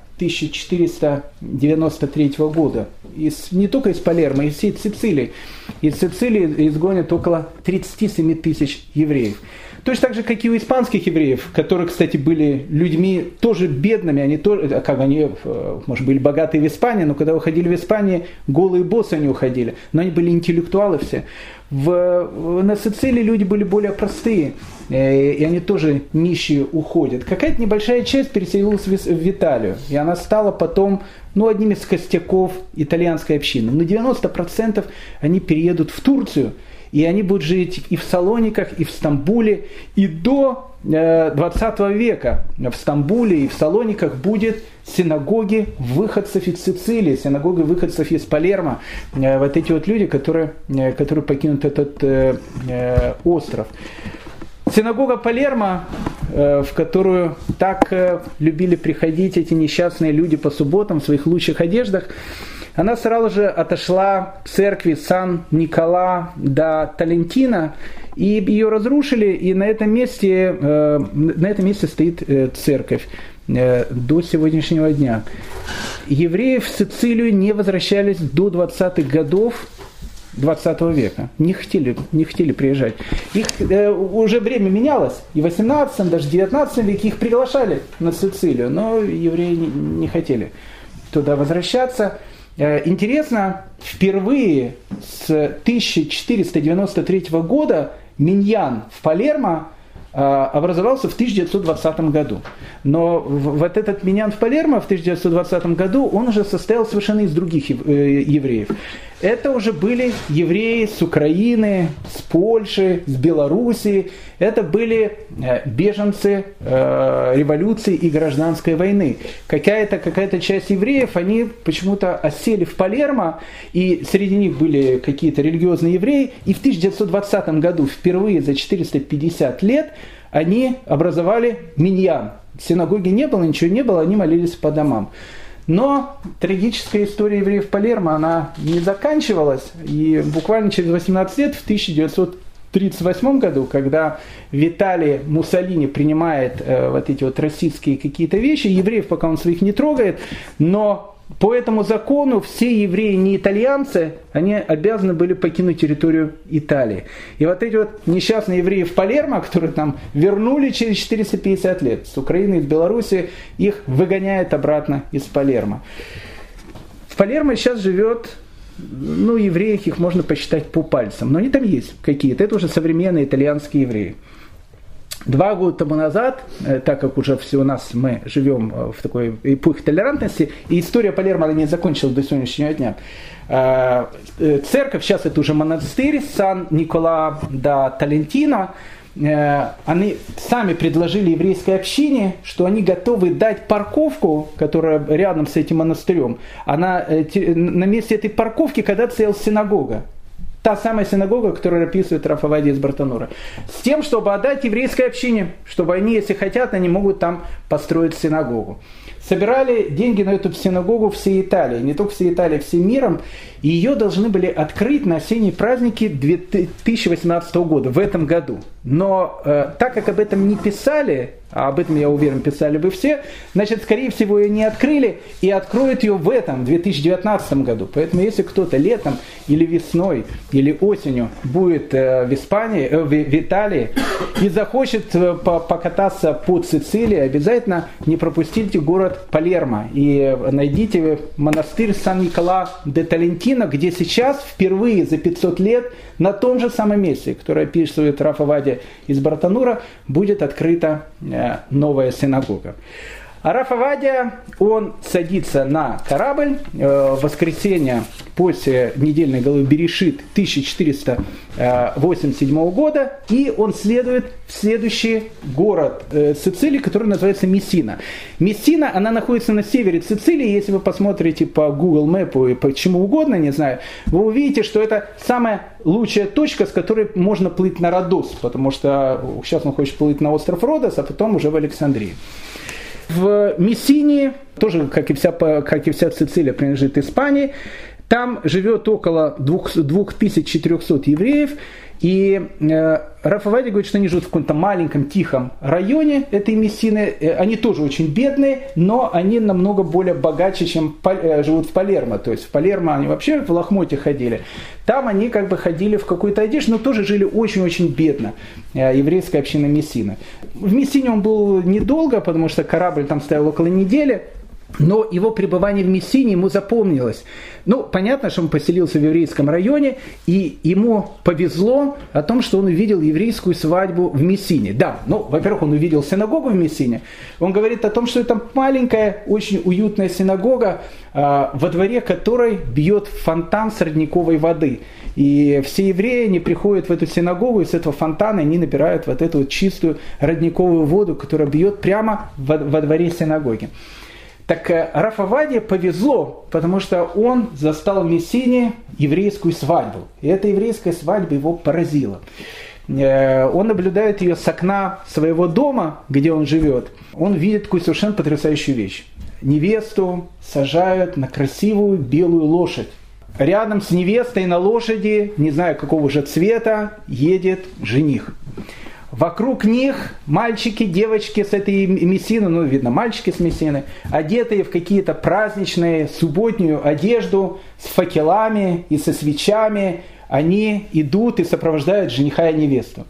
1493 года. Не только из Палермо, из всей Сицилии. Из Сицилии изгонят около 37 тысяч евреев. Точно так же, как и у испанских евреев, которые, кстати, были людьми тоже бедными, они, может, были богатые в Испании, но когда уходили в Испанию, голые боссы они уходили, но они были интеллектуалы все. На Сицилии люди были более простые, и они тоже нищие уходят. Какая-то небольшая часть переселилась в Италию, и она стала потом одним из костяков итальянской общины. Но 90% они переедут в Турцию, и они будут жить и в Салониках, и в Стамбуле. И до 20 века в Стамбуле и в Салониках будет синагоги выходцев из Сицилии, синагоги выходцев из Палермо. Вот эти вот люди, которые покинут этот остров. Синагога Палермо, в которую так любили приходить эти несчастные люди по субботам в своих лучших одеждах, она сразу же отошла к церкви Сан-Никола да Талентино, и ее разрушили, и на этом месте стоит церковь до сегодняшнего дня. Евреи в Сицилию не возвращались до 20-х годов 20 века. Не хотели приезжать. Их уже время менялось. И в 18, даже 19 веке их приглашали на Сицилию, но евреи не хотели туда возвращаться. Интересно, впервые с 1493 года миньян в Палермо образовался в 1920 году. Но вот этот миньян в Палермо в 1920 году, он уже состоял совершенно из других евреев. Это уже были евреи с Украины, с Польши, с Белоруссии. Это были беженцы революции и гражданской войны. Какая-то часть евреев, они почему-то осели в Палермо, и среди них были какие-то религиозные евреи. И в 1920 году, впервые за 450 лет, они образовали миньян. Синагоги не было, ничего не было, они молились по домам. Но трагическая история евреев Палермо, она не заканчивалась. И буквально через 18 лет, в 1938 году, когда Виталий Муссолини принимает вот эти вот российские какие-то вещи, евреев пока он своих не трогает, но по этому закону все евреи, не итальянцы, они обязаны были покинуть территорию Италии. И вот эти вот несчастные евреи в Палермо, которые там вернули через 450 лет с Украины, из Беларуси, их выгоняют обратно из Палермо. В Палермо сейчас живет, евреев их можно посчитать по пальцам, но они там есть какие-то. Это уже современные итальянские евреи. 2 года тому назад, так как уже все у нас мы живем в такой эпохе толерантности, и история Палермо она не закончилась до сегодняшнего дня, церковь, сейчас это уже монастырь Сан-Никола да Талентино, они сами предложили еврейской общине, что они готовы дать парковку, которая рядом с этим монастырем, а на месте этой парковки когда-то стояла синагога. Та самая синагога, которую описывает Рав Овадия из Бартанура. С тем, чтобы отдать еврейской общине, чтобы они, если хотят, они могут там построить синагогу. Собирали деньги на эту синагогу всей Италии, не только всей Италии, всем миром. И ее должны были открыть на осенние праздники 2018 года, в этом году. Но так как об этом не писали, а об этом, я уверен, писали бы все, значит, скорее всего, ее не открыли и откроют ее в этом, 2019 году. Поэтому, если кто-то летом или весной, или осенью будет в Испании, в Италии и захочет покататься по Сицилии, обязательно не пропустите город Палермо и найдите монастырь Сан-Никола де Талентино, где сейчас впервые за 500 лет на том же самом месте, которое описывает Рав Овадия из Бартанура, будет открыта новая синагога. А Рав Овадия, он садится на корабль в воскресенье после недельной главы Берешит 1487 года, и он следует в следующий город Сицилии, который называется Мессина. Мессина, она находится на севере Сицилии. Если вы посмотрите по Google Maps и по чему угодно, не знаю, вы увидите, что это самая лучшая точка, с которой можно плыть на Родос, потому что сейчас он хочет плыть на остров Родос, а потом уже в Александрии. В Мессине, тоже, как и вся Сицилия, принадлежит Испании, там живет около 2400 евреев, и Рав Овадия говорит, что они живут в каком-то маленьком, тихом районе этой Мессины. Они тоже очень бедные, но они намного более богаче, чем живут в Палермо. То есть в Палермо они вообще в лохмоте ходили. Там они как бы ходили в какой-то одежде, но тоже жили очень-очень бедно. Еврейская община Мессины. В Мессине он был недолго, потому что корабль там стоял около недели. Но его пребывание в Мессине ему запомнилось. Ну, понятно, что он поселился в еврейском районе, и ему повезло о том, что он увидел еврейскую свадьбу в Мессине. Да, ну, во-первых, он увидел синагогу в Мессине. Он говорит о том, что это маленькая, очень уютная синагога, во дворе которой бьет фонтан с родниковой воды. И все евреи, они приходят в эту синагогу, и с этого фонтана они набирают вот эту вот чистую родниковую воду, которая бьет прямо во дворе синагоги. Так Рав Овадье повезло, потому что он застал в Мессине еврейскую свадьбу. И эта еврейская свадьба его поразила. Он наблюдает ее с окна своего дома, где он живет. Он видит такую совершенно потрясающую вещь. Невесту сажают на красивую белую лошадь. Рядом с невестой на лошади, не знаю какого же цвета, едет жених. Вокруг них мальчики, девочки с этой Мессины, ну, видно, мальчики с Мессины, одетые в какие-то праздничные, субботнюю одежду, с факелами и со свечами, они идут и сопровождают жениха и невесту.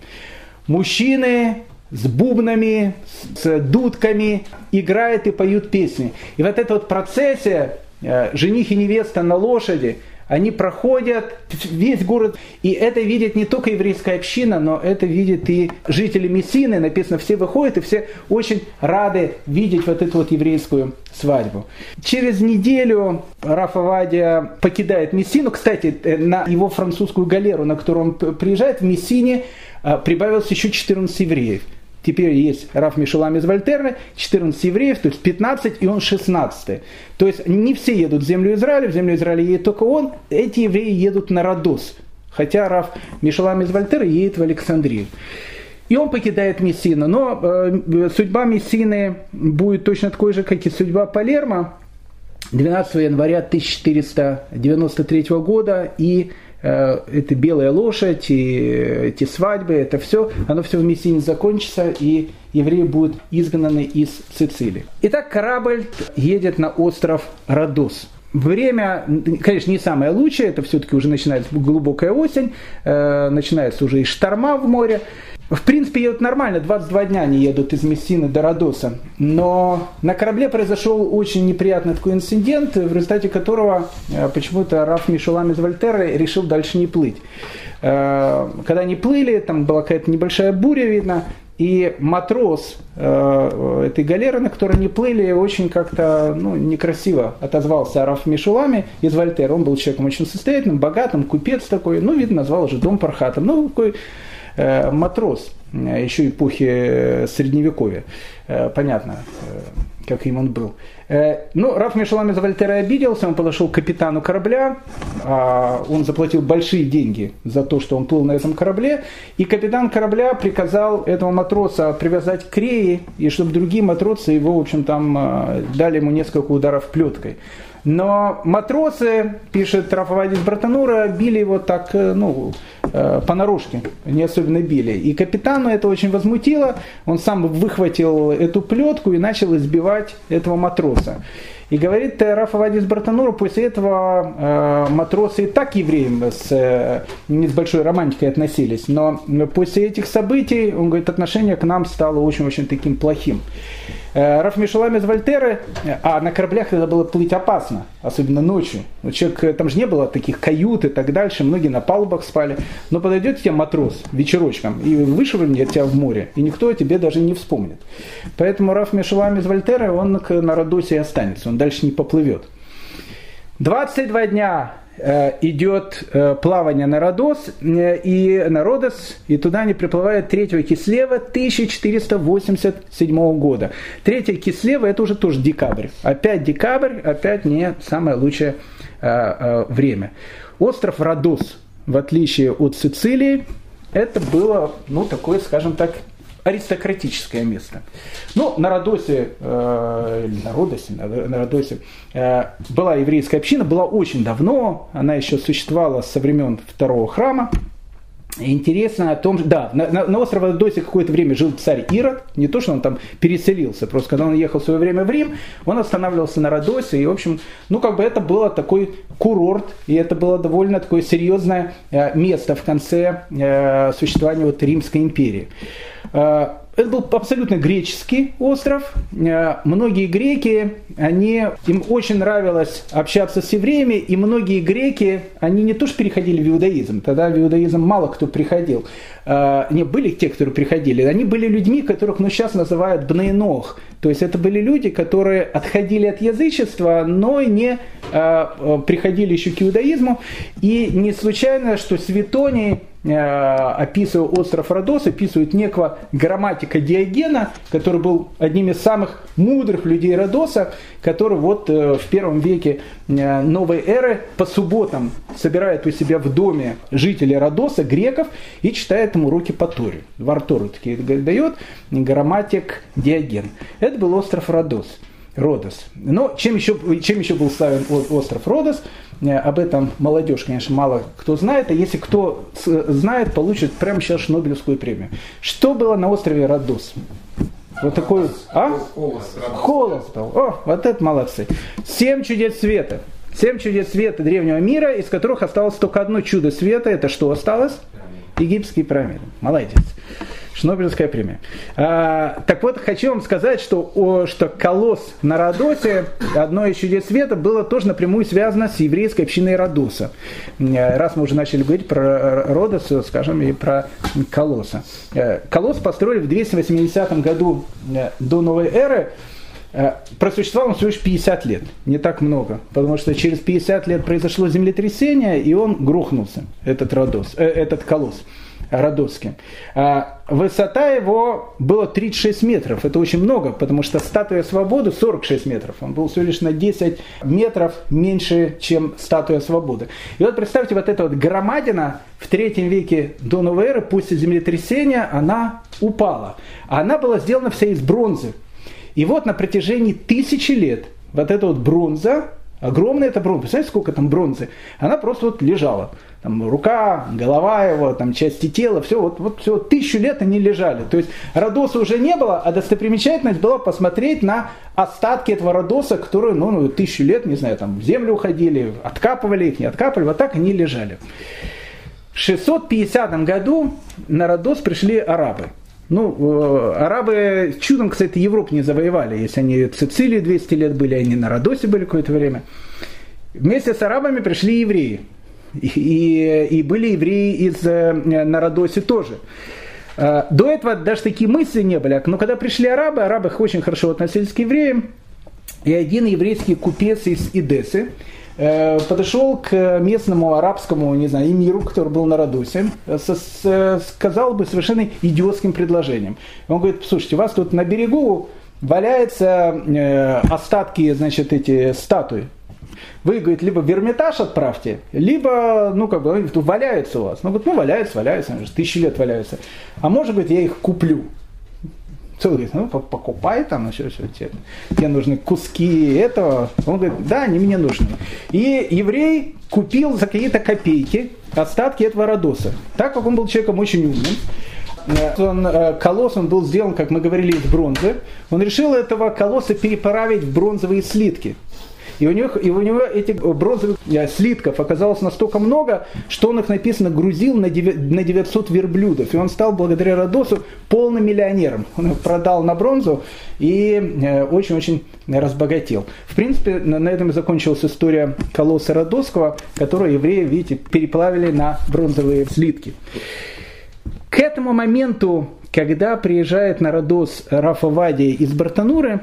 Мужчины с бубнами, с дудками играют и поют песни. И вот эта вот процессия, жених и невеста на лошади, они проходят весь город, и это видит не только еврейская община, но это видят и жители Мессины. Написано, все выходят, и все очень рады видеть вот эту вот еврейскую свадьбу. Через неделю Рав Овадья покидает Мессину. Кстати, на его французскую галеру, на которую он приезжает, в Мессине прибавилось еще 14 евреев. Теперь есть Рав Мешулам из Вольтерны, 14 евреев, то есть 15, и он 16. То есть не все едут в землю Израиля, в землю Израиля едет только он, эти евреи едут на Родос. Хотя Рав Мешулам из Вольтерны едет в Александрию. И он покидает Мессину. Но судьба Мессины будет точно такой же, как и судьба Палермо. 12 января 1493 года, и это белая лошадь, и эти свадьбы, это все, оно все в Мессине закончится, и евреи будут изгнаны из Сицилии. Итак, корабль едет на остров Родос. Время, конечно, не самое лучшее, это все-таки уже начинается глубокая осень, начинаются уже и шторма в море. В принципе, едут нормально, 22 дня они едут из Мессины до Родоса. Но на корабле произошел очень неприятный такой инцидент, в результате которого почему-то Рав Мешулам из Вольтеры решил дальше не плыть. Когда они плыли, там была какая-то небольшая буря, видно, и матрос этой галеры, на которой они плыли, очень как-то некрасиво отозвался о Рав Мешуламе из Вольтеры. Он был человеком очень состоятельным, богатым, купец такой, видно, назвал уже дом Пархатом. Такой матрос еще эпохи Средневековья. Понятно, каким он был. Рав Мешулам из Вольтеры обиделся, он подошел к капитану корабля, он заплатил большие деньги за то, что он плыл на этом корабле, и капитан корабля приказал этого матроса привязать к рее, и чтобы другие матросы его, в общем, там дали ему несколько ударов плеткой. Но матросы, пишет Рав Овадья из Братанура, били его так, понарошке, не особенно били. И капитану это очень возмутило, он сам выхватил эту плетку и начал избивать этого матроса. И говорит Рав Овадья из Братанура, после этого матросы и так к евреям не с большой романтикой относились, но после этих событий, он говорит, отношение к нам стало очень-очень таким плохим. Рав Мешулам из Вольтеры, а на кораблях тогда было плыть опасно, особенно ночью. Человек, там же не было таких кают и так дальше, многие на палубах спали. Но подойдет тебе матрос вечерочком и вышвырнет тебя в море, и никто о тебе даже не вспомнит. Поэтому Рав Мешулам из Вольтеры, он на Родосе и останется, он дальше не поплывет. 22 дня идет плавание на Родос и на Родос, и туда они приплывают 3 Кислева 1487 года. 3 Кислева это уже тоже декабрь. Опять декабрь, опять не самое лучшее время. Остров Родос, в отличие от Сицилии, это было, такое, скажем так, аристократическое место. На Родосе была еврейская община, была очень давно, она еще существовала со времен второго храма. Интересно о том, на острове Родосе какое-то время жил царь Ирод, не то, что он там переселился, просто когда он ехал в свое время в Рим, он останавливался на Родосе, и, в общем, это было такой курорт, и это было довольно такое серьезное место в конце существования Римской империи. Это был абсолютно греческий остров. Многие греки, им очень нравилось общаться с евреями, и многие греки, они не то что переходили в иудаизм, тогда в иудаизм мало кто приходил. Не были те, которые приходили, они были людьми, которых сейчас называют бней нох. То есть это были люди, которые отходили от язычества, но не приходили еще к иудаизму. И не случайно, что Светоний, описывая остров Родос, описывает некого грамматика Диогена, который был одним из самых мудрых людей Родоса, который в первом веке новой эры по субботам собирает у себя в доме жителей Родоса, греков, и читает им уроки по Торе. Вартору такие дает грамматик Диоген. Это был остров Родос. Но чем еще был славен остров Родос? Об этом молодежь, конечно, мало кто знает, а если кто знает, получит прямо сейчас Нобелевскую премию. Что было на острове Родос? Вот такой... Холос был. О, вот это молодцы. 7 чудес света. 7 чудес света древнего мира, из которых осталось только одно чудо света. Это что осталось? Египетские пирамиды. Молодец. Нобелевская премия. Так вот, хочу вам сказать, что колосс на Родосе, одно из чудес света, было тоже напрямую связано с еврейской общиной Родоса. Раз мы уже начали говорить про Родос, скажем и про колосса. Колосс построили в 280 году до новой эры. Просуществовал он всего лишь 50 лет, не так много, потому что через 50 лет произошло землетрясение, и он грохнулся, этот колосс родосский. Высота его была 36 метров, это очень много, потому что статуя Свободы 46 метров, он был всего лишь на 10 метров меньше, чем статуя Свободы. И вот представьте, вот эта вот громадина в 3 веке до новой эры, после землетрясения, она упала. Она была сделана вся из бронзы. И вот на протяжении 1000 лет вот эта вот бронза, огромная эта бронза, представляете, сколько там бронзы, она просто вот лежала. Там рука, голова его, там части тела, все, все 1000 лет они лежали. То есть Родоса уже не было, а достопримечательность была посмотреть на остатки этого Родоса, которые 1000 лет, не знаю, там в землю уходили, откапывали их, не откапывали, вот так они лежали. В 650 году на Родос пришли арабы. Арабы чудом, кстати, Европу не завоевали. Если они в Сицилии 200 лет были, они на Родосе были какое-то время. Вместе с арабами пришли евреи. И были евреи на Родосе тоже. До этого даже такие мысли не были. Но когда пришли арабы очень хорошо относились к евреям. И один еврейский купец из Эдессы подошел к местному арабскому, эмиру, который был на Родосе, сказал бы совершенно идиотским предложением. Он говорит: слушайте, у вас тут на берегу валяются остатки, эти статуи. Вы, говорит, либо в Эрмитаж отправьте, либо, валяются у вас. Валяются, 1000 лет валяются. А может, говорит, я их куплю. Говорит, покупай там, тебе нужны куски этого. Он говорит, да, они мне нужны. И еврей купил за какие-то копейки остатки этого Родоса. Так как он был человеком очень умным, колосс он был сделан, как мы говорили, из бронзы, он решил этого колосса переправить в бронзовые слитки. И у него этих бронзовых слитков оказалось настолько много, что он их, написано, грузил на 900 верблюдов. И он стал благодаря Родосу полным миллионером. Он их продал на бронзу и очень-очень разбогател. В принципе, на этом и закончилась история колосса Родосского, которую евреи, видите, переплавили на бронзовые слитки. К этому моменту, когда приезжает на Родос Рав Овадия из Бартануры,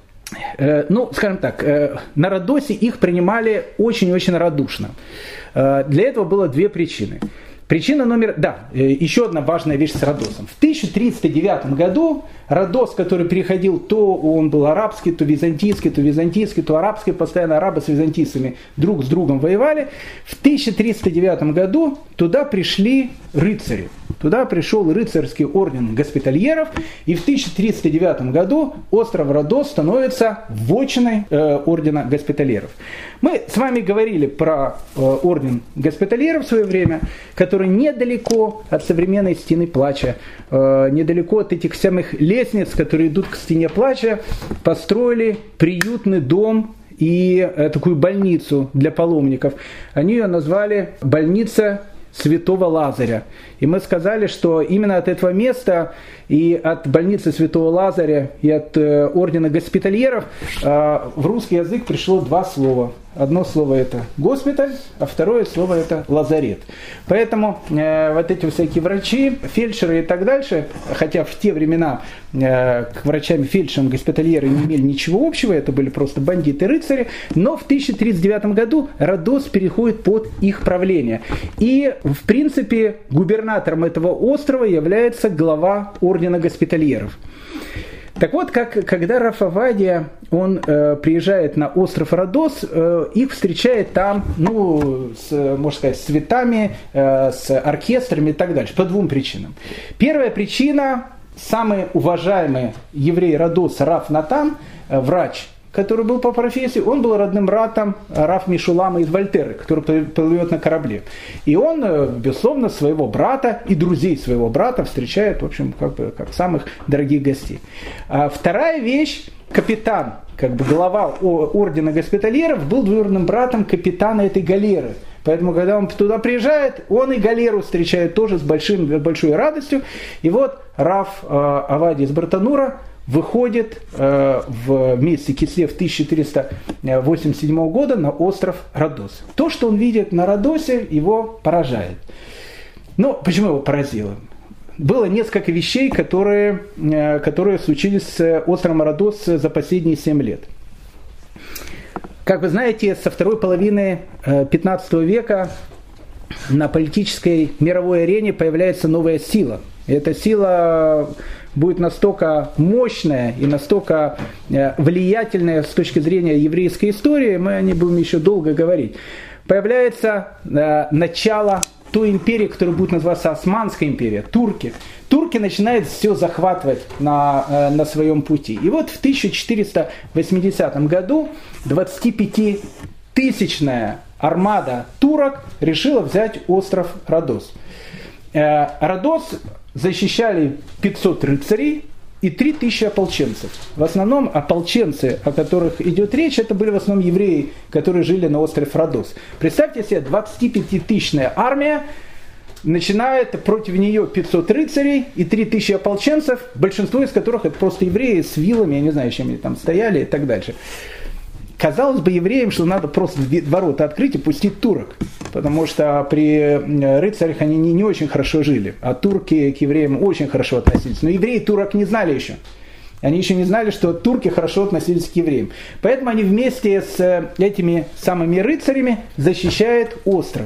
скажем так, на Родосе их принимали очень-очень радушно. Для этого было 2 причины. Причина еще одна важная вещь с Родосом. В 1309 году Родос, который переходил, то он был арабский, то византийский, то арабский, постоянно арабы с византийцами друг с другом воевали. В 1309 году туда пришли рыцари. Туда пришел рыцарский орден госпитальеров, и в 1309 году остров Родос становится вотчиной ордена госпитальеров. Мы с вами говорили про орден госпитальеров в свое время, который недалеко от современной стены плача, недалеко от этих самых лестниц, которые идут к стене плача, построили приютный дом и такую больницу для паломников. Они ее назвали больница Святого Лазаря. И мы сказали, что именно от этого места и от больницы Святого Лазаря и от ордена госпитальеров в русский язык пришло два слова. Одно слово это госпиталь, а второе слово это лазарет. Поэтому вот эти всякие врачи, фельдшеры и так дальше, хотя в те времена к врачам, фельдшерам, госпитальеры не имели ничего общего, это были просто бандиты-рыцари, но в 1039 году Родос переходит под их правление. И, в принципе, губернатором этого острова является глава ордена госпитальеров. Так вот, когда Рав Овадия, он приезжает на остров Родос, их встречает там, можно сказать, с цветами, с оркестрами и так дальше, по двум причинам. Первая причина, самый уважаемый еврей Родоса Рав Натан, врач, который был по профессии, он был родным братом Рав Мишулама из Вольтеры, который плывет на корабле. И он, безусловно, своего брата и друзей своего брата встречает, в общем, как самых дорогих гостей. А вторая вещь, капитан, глава ордена госпитальеров, был двоюродным братом капитана этой галеры. Поэтому, когда он туда приезжает, он и галеру встречает тоже с большой радостью. И вот Рав Овадия из Бартанура выходит в месяце Кислев 1487 года на остров Родос. То, что он видит на Родосе, его поражает. Но почему его поразило? Было несколько вещей, которые случились с островом Родос за последние 7 лет. Как вы знаете, со второй половины 15 века на политической мировой арене появляется новая сила. Эта сила будет настолько мощная и настолько влиятельная с точки зрения еврейской истории, мы о ней будем еще долго говорить. Появляется начало той империи, которая будет называться Османская империя, турки. Турки начинают все захватывать на своем пути. И вот в 1480 году 25-тысячная армада турок решила взять остров Родос. Родос защищали 500 рыцарей и 3000 ополченцев. В основном ополченцы, о которых идет речь, это были в основном евреи, которые жили на острове Родос. Представьте себе, 25-тысячная армия, начинает против нее 500 рыцарей и 3000 ополченцев, большинство из которых это просто евреи с вилами, я не знаю, чем они там стояли и так дальше. Казалось бы евреям, что надо просто ворота открыть и пустить турок, потому что при рыцарях они не очень хорошо жили, а турки к евреям очень хорошо относились. Но евреи турок не знали еще. Они еще не знали, что турки хорошо относились к евреям. Поэтому они вместе с этими самыми рыцарями защищают остров.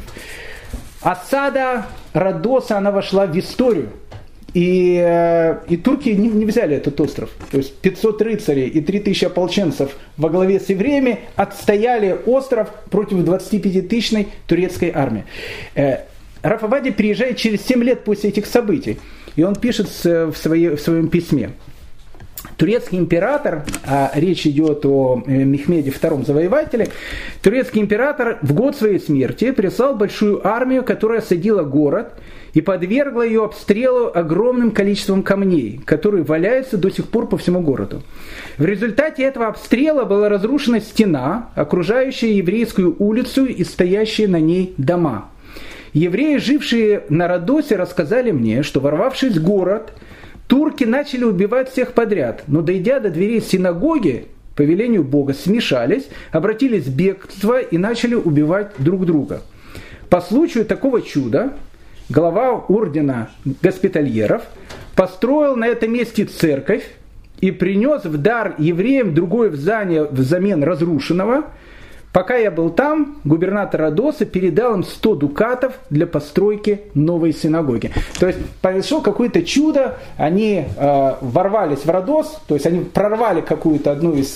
Осада Родоса, она вошла в историю. И турки не взяли этот остров. То есть 500 рыцарей и 3000 ополченцев во главе с евреями отстояли остров против 25-тысячной турецкой армии. Рав Овадия приезжает через 7 лет после этих событий. И он пишет в своем письме. Турецкий император, а речь идет о Мехмеде II Завоевателе, турецкий император в год своей смерти прислал большую армию, которая осадила город и подвергла ее обстрелу огромным количеством камней, которые валяются до сих пор по всему городу. В результате этого обстрела была разрушена стена, окружающая еврейскую улицу и стоящие на ней дома. Евреи, жившие на Родосе, рассказали мне, что, ворвавшись в город, турки начали убивать всех подряд, но, дойдя до дверей синагоги, по велению Бога смешались, обратились в бегство и начали убивать друг друга. По случаю такого чуда глава ордена госпитальеров построил на этом месте церковь и принес в дар евреям другое здание взамен разрушенного. Пока я был там, губернатор Родоса передал им 100 дукатов для постройки новой синагоги. То есть произошло какое-то чудо, они ворвались в Родос, то есть они прорвали какую-то одну из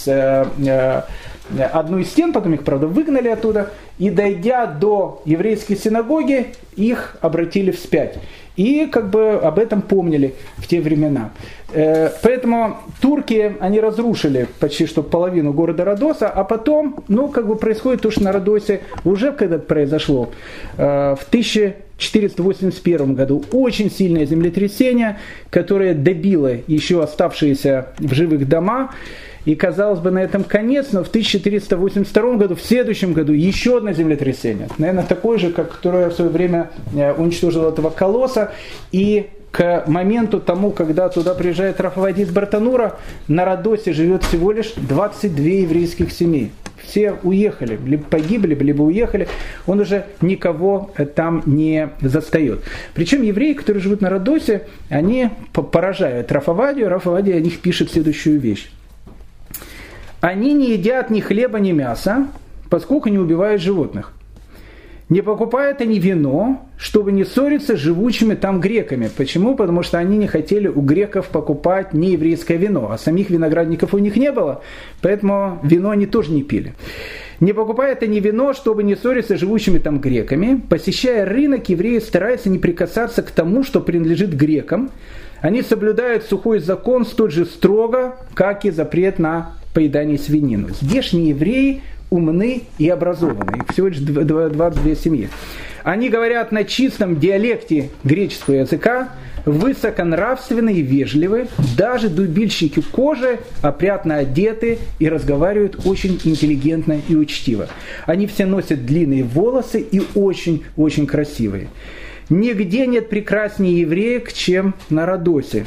стен, потом их, правда, выгнали оттуда, и, дойдя до еврейской синагоги, их обратили вспять. И об этом помнили в те времена. Поэтому турки, они разрушили почти что половину города Родоса, а потом, происходит то, что на Родосе уже когда-то произошло. В 1481 году очень сильное землетрясение, которое добило еще оставшиеся в живых дома. и, казалось бы, на этом конец, но в 1482 году, в следующем году, еще одно землетрясение, наверное, такое же, как которое в свое время уничтожило этого колосса, и к моменту тому, когда туда приезжает Раф-Авадия из Бартанура, на Родосе живет всего лишь 22 еврейских семьи. Все уехали, либо погибли, либо уехали, он уже никого там не застает. Причем евреи, которые живут на Родосе, они поражают Раф-Авадию. Раф-Авадия о них пишет следующую вещь. Они не едят ни хлеба, ни мяса, поскольку не убивают животных. Не покупают они вино, чтобы не ссориться с живущими там греками. Почему? Потому что они не хотели у греков покупать нееврейское вино, а самих виноградников у них не было, поэтому вино они тоже не пили. Не покупают они вино, чтобы не ссориться с живущими там греками. Посещая рынок, евреи стараются не прикасаться к тому, что принадлежит грекам. Они соблюдают сухой закон столь же строго, как и запрет на поедание свинины. Здешние евреи умны и образованы. Их всего лишь 22 семьи. Они говорят на чистом диалекте греческого языка, высоконравственны и вежливы, даже дубильщики кожи опрятно одеты и разговаривают очень интеллигентно и учтиво. Они все носят длинные волосы и очень-очень красивые. Нигде нет прекраснее евреек, чем на Родосе.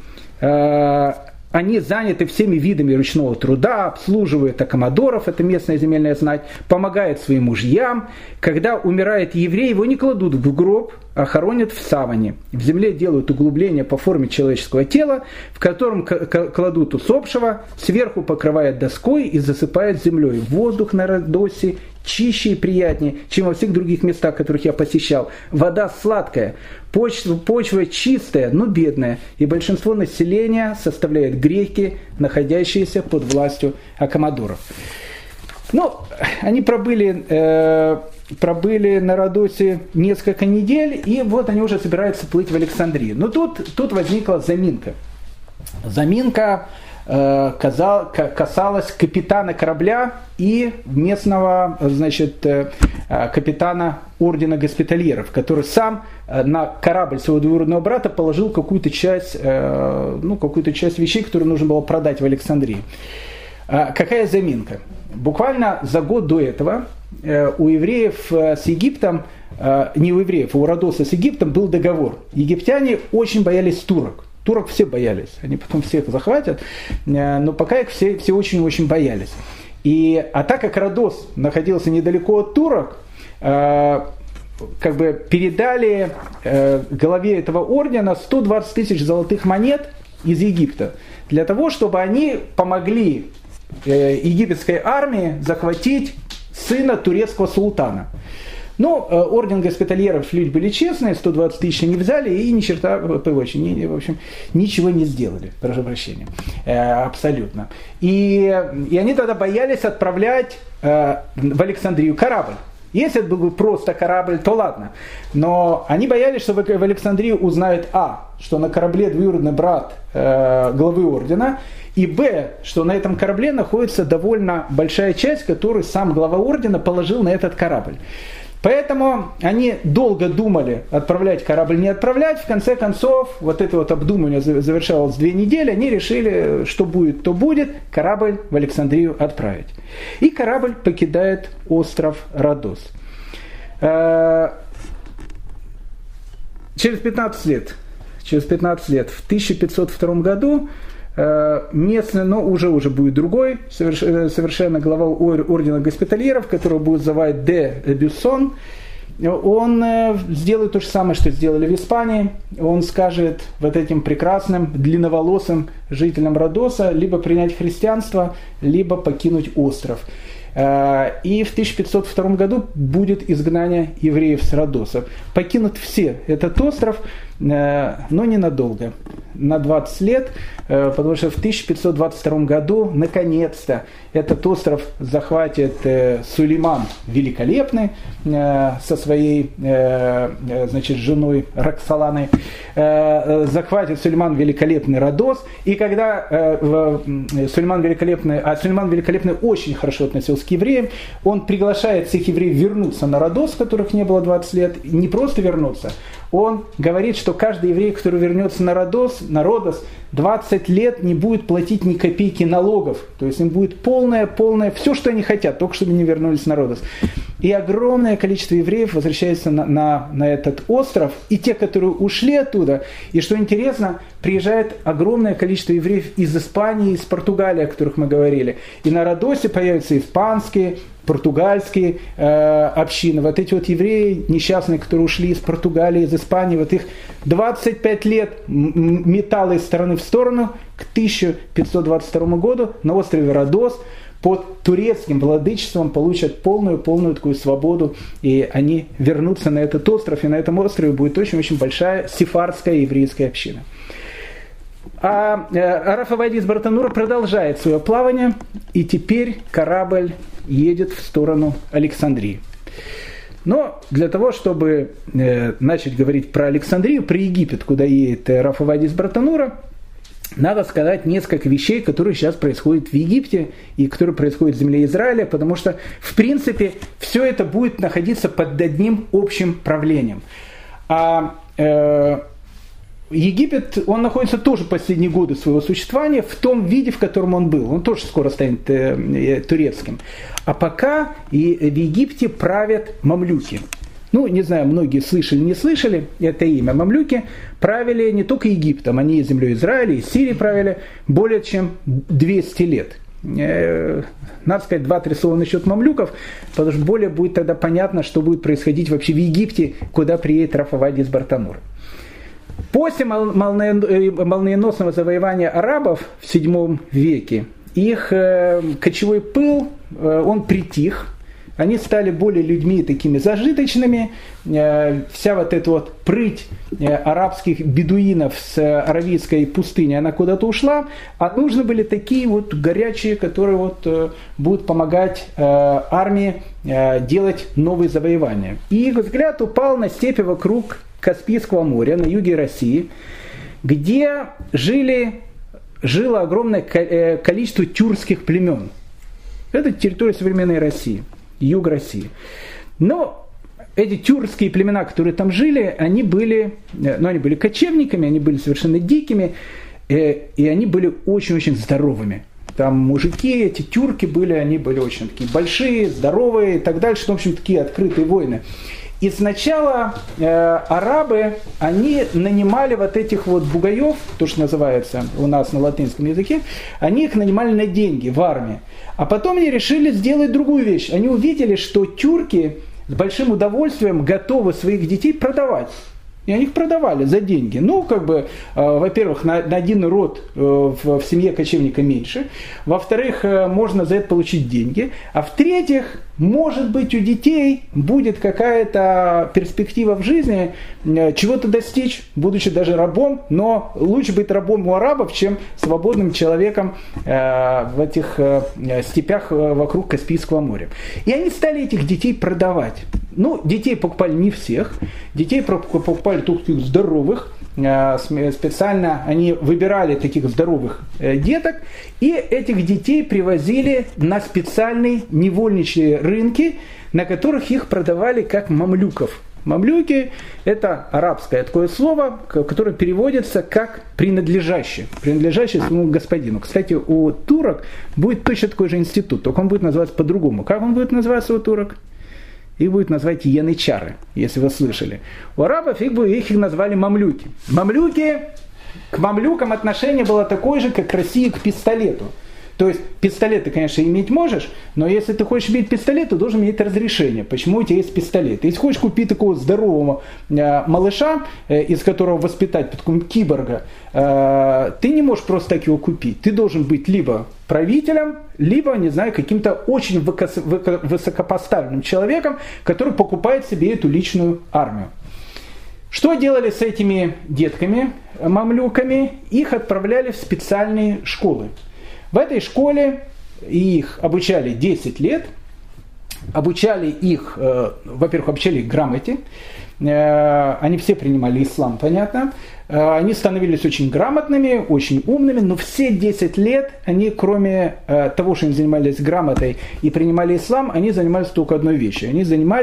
Они заняты всеми видами ручного труда, обслуживают аккомодоров, это местная земельная знать, помогают своим мужьям. Когда умирает еврей, его не кладут в гроб, а хоронят в саване. В земле делают углубление по форме человеческого тела, в котором кладут усопшего, сверху покрывают доской и засыпают землей. Воздух на Родосе чище и приятнее, чем во всех других местах, которых я посещал. Вода сладкая, почва чистая, но бедная, и большинство населения составляют греки, находящиеся под властью аккомодоров. Они пробыли на Родосе несколько недель, и вот они уже собираются плыть в Александрию. Но тут возникла заминка. Заминка касалась капитана корабля и местного, капитана ордена госпитальеров, который сам на корабль своего двоюродного брата положил какую-то часть вещей, которые нужно было продать в Александрии. Какая заминка? Буквально за год до этого у евреев с Египтом, не у евреев, а у Родоса с Египтом был договор. Египтяне очень боялись турок. Турок все боялись, они потом всех захватят, но пока их все очень-очень боялись. А так как Родос находился недалеко от турок, передали главе этого ордена 120 тысяч золотых монет из Египта, для того, чтобы они помогли египетской армии захватить сына турецкого султана. Но орден госпитальеров люди были честные, 120 тысяч они взяли и в общем, ничего не сделали, прошу прощения, абсолютно. И они тогда боялись отправлять в Александрию корабль. Если это был бы просто корабль, то ладно. Но они боялись, что в Александрию узнают что на корабле двоюродный брат главы ордена, и что на этом корабле находится довольно большая часть, которую сам глава ордена положил на этот корабль. Поэтому они долго думали, отправлять корабль, не отправлять. В конце концов, это обдумывание завершалось 2 недели. Они решили, что будет, то будет, корабль в Александрию отправить. И корабль покидает остров Родос. Через 15 лет, в 1502 году, местный, но уже будет другой, совершенно глава ордена госпитальеров, которого будет звать де Бюссон, он сделает то же самое, что сделали в Испании. Он скажет этим прекрасным, длинноволосым жителям Родоса либо принять христианство, либо покинуть остров. И в 1502 году будет изгнание евреев с Родоса. Покинут все этот остров, но ненадолго, на 20 лет, потому что в 1522 году наконец-то этот остров захватит Сулейман Великолепный со своей женой Роксоланой, захватит Сулейман Великолепный Родос, и когда Сулейман Великолепный очень хорошо относился к евреям, он приглашает всех евреев вернуться на Родос, которых не было 20 лет, не просто вернуться, он говорит, что что каждый еврей, который вернется на Родос, 20 лет не будет платить ни копейки налогов. То есть им будет полное, все, что они хотят, только чтобы не вернулись на Родос. И огромное количество евреев возвращается на этот остров. И те, которые ушли оттуда, и что интересно, приезжает огромное количество евреев из Испании, из Португалии, о которых мы говорили. И на Родосе появятся испанские, португальские общины. Вот эти вот евреи несчастные, которые ушли из Португалии, из Испании, вот их 25 лет метало из стороны в сторону, к 1522 году на острове Родос под турецким владычеством получат полную такую свободу, и они вернутся на этот остров, и на этом острове будет очень-очень большая сефардская еврейская община. А Раф Овадия из Бартанура продолжает свое плавание, и теперь корабль едет в сторону Александрии. Но для того, чтобы начать говорить про Александрию, про Египет, куда едет Раф Овадия из Бартанура, надо сказать несколько вещей, которые сейчас происходят в Египте и которые происходят в земле Израиля, потому что, в принципе, все это будет находиться под одним общим правлением. Египет, он находится тоже в последние годы своего существования в том виде, в котором он был. Он тоже скоро станет турецким. А пока и в Египте правят мамлюки. Ну, не знаю, многие слышали, не слышали это имя. Мамлюки правили не только Египтом, они и землей Израиля, и Сирии правили более чем 200 лет. Надо сказать 2-3 слова насчет мамлюков, потому что более будет тогда понятно, что будет происходить вообще в Египте, куда приедет Раф Овадия из Бартанура. После молниеносного завоевания арабов в VII веке их кочевой пыл, он притих. Они стали более людьми такими зажиточными. Вся вот эта вот прыть арабских бедуинов с аравийской пустыни, она куда-то ушла. А нужны были такие вот горячие, которые вот будут помогать армии делать новые завоевания. И их взгляд упал на степи вокруг Каспийского моря, на юге России, где жило огромное количество тюркских племен. Это территория современной России, юг России. Но эти тюркские племена, которые там жили, они были кочевниками, они были совершенно дикими, и они были очень-очень здоровыми. Там мужики, эти тюрки они были очень такие большие, здоровые и так дальше, в общем, такие открытые воины. И сначала арабы, они нанимали вот этих вот бугаев, то, что называется у нас на латинском языке, они их нанимали на деньги в армии. А потом они решили сделать другую вещь. Они увидели, что тюрки с большим удовольствием готовы своих детей продавать. И они их продавали за деньги. Ну, во-первых, на один род в семье кочевника меньше. Во-вторых, можно за это получить деньги. А в-третьих, может быть, у детей будет какая-то перспектива в жизни чего-то достичь, будучи даже рабом. Но лучше быть рабом у арабов, чем свободным человеком в этих степях вокруг Каспийского моря. И они стали этих детей продавать. Ну, детей покупали не всех. Детей покупали только здоровых. Специально они выбирали таких здоровых деток. И этих детей привозили на специальные невольничьи рынки, на которых их продавали как мамлюков. Мамлюки – это арабское такое слово, которое переводится как «принадлежащий», принадлежащий своему господину. Кстати, у турок будет точно такой же институт, только он будет называться по-другому. Как он будет называться у турок? Их будет назвать янычары, если вы слышали. У арабов их назвали мамлюки. К мамлюкам отношение было такое же, как к России к пистолету. То есть пистолет ты, конечно, иметь можешь, но если ты хочешь иметь пистолет, то должен иметь разрешение. Почему у тебя есть пистолет? Если хочешь купить такого здорового малыша, из которого воспитать такого киборга, ты не можешь просто так его купить. Ты должен быть либо правителем, либо, не знаю, каким-то очень высокопоставленным человеком, который покупает себе эту личную армию. Что делали с этими детками, мамлюками? Их отправляли в специальные школы. В этой школе их обучали 10 лет, обучали их грамоте, они все принимали ислам, понятно, они становились очень грамотными, очень умными, но все 10 лет они, кроме того, что они занимались грамотой и принимали ислам, они занимались только одной вещью, они занимались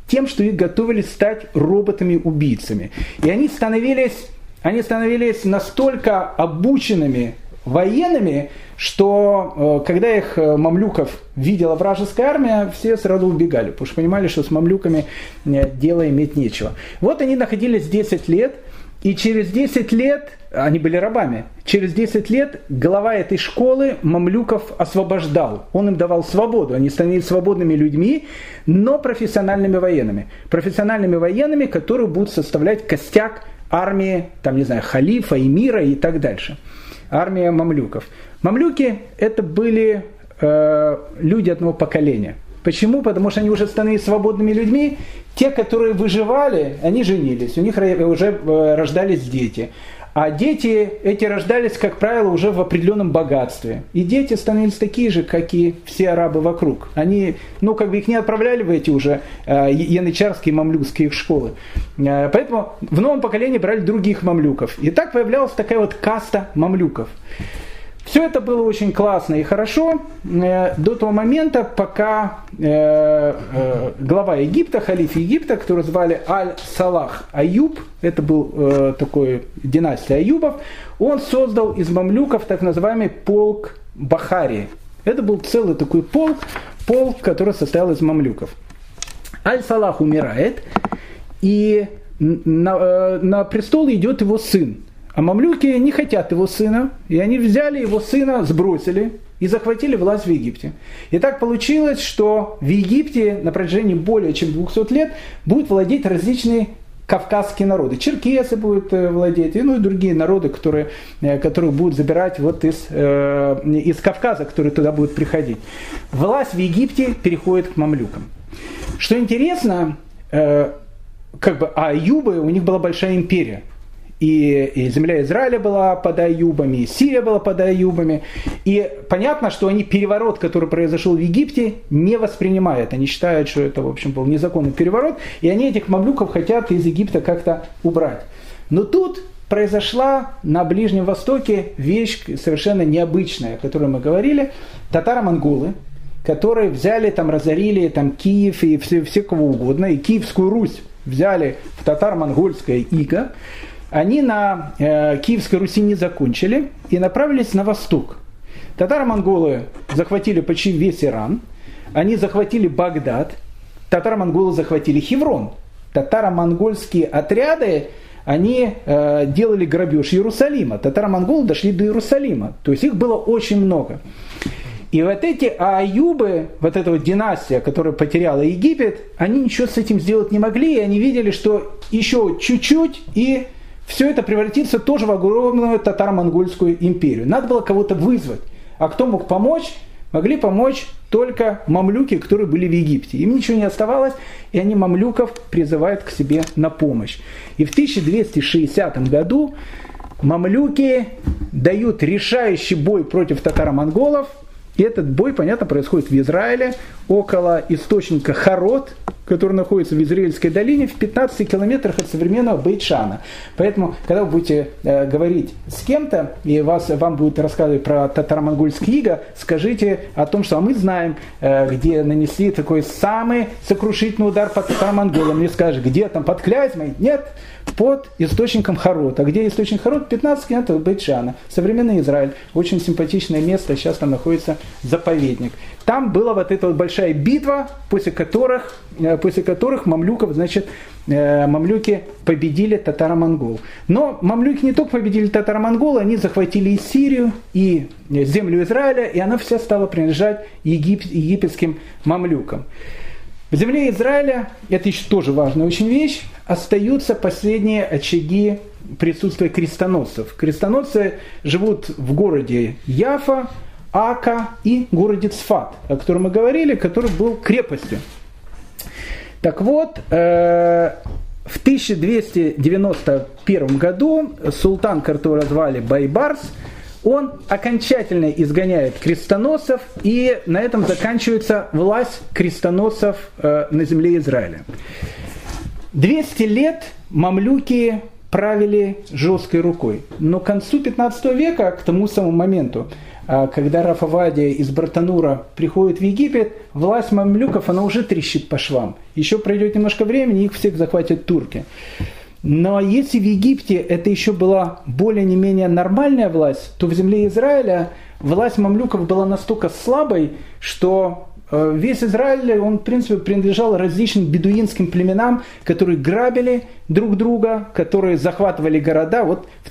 тем, что их готовили стать роботами-убийцами. И они становились настолько обученными военными, что когда их мамлюков видела вражеская армия, все сразу убегали, потому что понимали, что с мамлюками дело иметь нечего. Вот они находились 10 лет, и через 10 лет, они были рабами, через 10 лет глава этой школы мамлюков освобождал. Он им давал свободу, они становились свободными людьми, но профессиональными военными. Профессиональными военными, которые будут составлять костяк армии, там, не знаю, халифа, эмира и так дальше. Армия мамлюков. Мамлюки это были люди одного поколения. Почему? Потому что они уже становились свободными людьми. Те, которые выживали, они женились, у них уже рождались дети. А дети эти рождались, как правило, уже в определенном богатстве. И дети становились такие же, как и все арабы вокруг. Они, их не отправляли в эти уже янычарские мамлюкские школы. Поэтому в новом поколении брали других мамлюков. И так появлялась такая вот каста мамлюков. Все это было очень классно и хорошо до того момента, пока глава Египта, халиф Египта, которого звали Аль-Салах Аюб, это был такой династия Аюбов, он создал из мамлюков так называемый полк Бахари. Это был целый такой полк, который состоял из мамлюков. Аль-Салах умирает, и на престол идет его сын. А мамлюки не хотят его сына, и они взяли его сына, сбросили и захватили власть в Египте. И так получилось, что в Египте на протяжении более чем 200 лет будут владеть различные кавказские народы. Черкесы будут владеть, и другие народы, которых будут забирать вот из Кавказа, которые туда будут приходить. Власть в Египте переходит к мамлюкам. Что интересно, Аюбы, у них была большая империя. И земля Израиля была под Аюбами, и Сирия была под Аюбами. И понятно, что они переворот, который произошел в Египте, не воспринимают. Они считают, что это, в общем, был незаконный переворот, и они этих мамлюков хотят из Египта как-то убрать. Но тут произошла на Ближнем Востоке вещь совершенно необычная, о которой мы говорили. Татаро-монголы, которые взяли, разорили Киев и все кого угодно, и Киевскую Русь взяли в татаро-монгольское иго. Они на Киевской Руси не закончили и направились на восток. Татаро-монголы захватили почти весь Иран, они захватили Багдад, татаро-монголы захватили Хеврон. Татаро-монгольские отряды, они делали грабеж Иерусалима. Татаро-монголы дошли до Иерусалима, то есть их было очень много. И вот эти Аюбы, вот эта вот династия, которая потеряла Египет, они ничего с этим сделать не могли, и они видели, что еще чуть-чуть, и все это превратится тоже в огромную татаро-монгольскую империю. Надо было кого-то вызвать. А кто мог помочь? Могли помочь только мамлюки, которые были в Египте. Им ничего не оставалось, и они мамлюков призывают к себе на помощь. И в 1260 году мамлюки дают решающий бой против татаро-монголов. И этот бой, понятно, происходит в Израиле, около источника Харод, который находится в Израильской долине, в 15 километрах от современного Бейт-Шана. Поэтому, когда вы будете говорить с кем-то, и вам будут рассказывать про татаро-монгольское иго, скажите о том, что мы знаем, где нанесли такой самый сокрушительный удар по татаро-монголам. Мне скажут, где там, под Клязьмой? Нет, под источником Харод. А где источник Харод? 15 километров от Бейт-Шана. Современный Израиль. Очень симпатичное место, сейчас там находится заповедник. Там была вот эта вот большая битва, после которых мамлюков, мамлюки победили татаро-монгол. Но мамлюки не только победили татаро-монгол, они захватили и Сирию, и землю Израиля, и она вся стала принадлежать египетским мамлюкам. В земле Израиля, это еще тоже важная очень вещь, остаются последние очаги присутствия крестоносцев. Крестоносцы живут в городе Яфа, Ака и городе Цфат, о котором мы говорили, который был крепостью. Так вот, в 1291 году султан, которого звали Байбарс, он окончательно изгоняет крестоносцев, и на этом заканчивается власть крестоносцев на земле Израиля. 200 лет мамлюки правили жесткой рукой. Но к концу 15 века, к тому самому моменту, когда Рав Овадия из Бартанура приходит в Египет, власть мамлюков, она уже трещит по швам. Еще пройдет немножко времени, их всех захватят турки. Но если в Египте это еще была более-не-менее нормальная власть, то в земле Израиля власть мамлюков была настолько слабой, что весь Израиль, он, в принципе, принадлежал различным бедуинским племенам, которые грабили друг друга, которые захватывали города. Вот в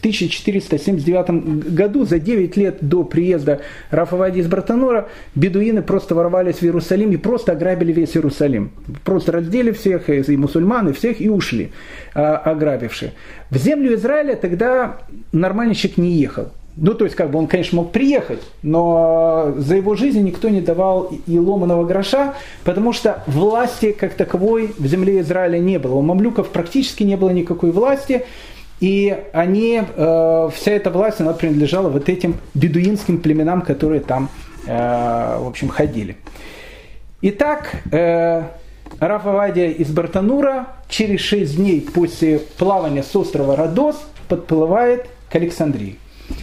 1479 году, за 9 лет до приезда Рав Овадии из Бартанура, бедуины просто ворвались в Иерусалим и просто ограбили весь Иерусалим. Просто раздели всех, и мусульман, и всех, и ушли, ограбившие. В землю Израиля тогда нормальный человек не ехал. Ну, то есть, он, конечно, мог приехать, но за его жизнь никто не давал и ломаного гроша, потому что власти как таковой в земле Израиля не было. У мамлюков практически не было никакой власти, и вся эта власть, она принадлежала вот этим бедуинским племенам, которые там, в общем, ходили. Итак, Рав Овадия из Бартанура через 6 дней после плавания с острова Родос подплывает к Александрии.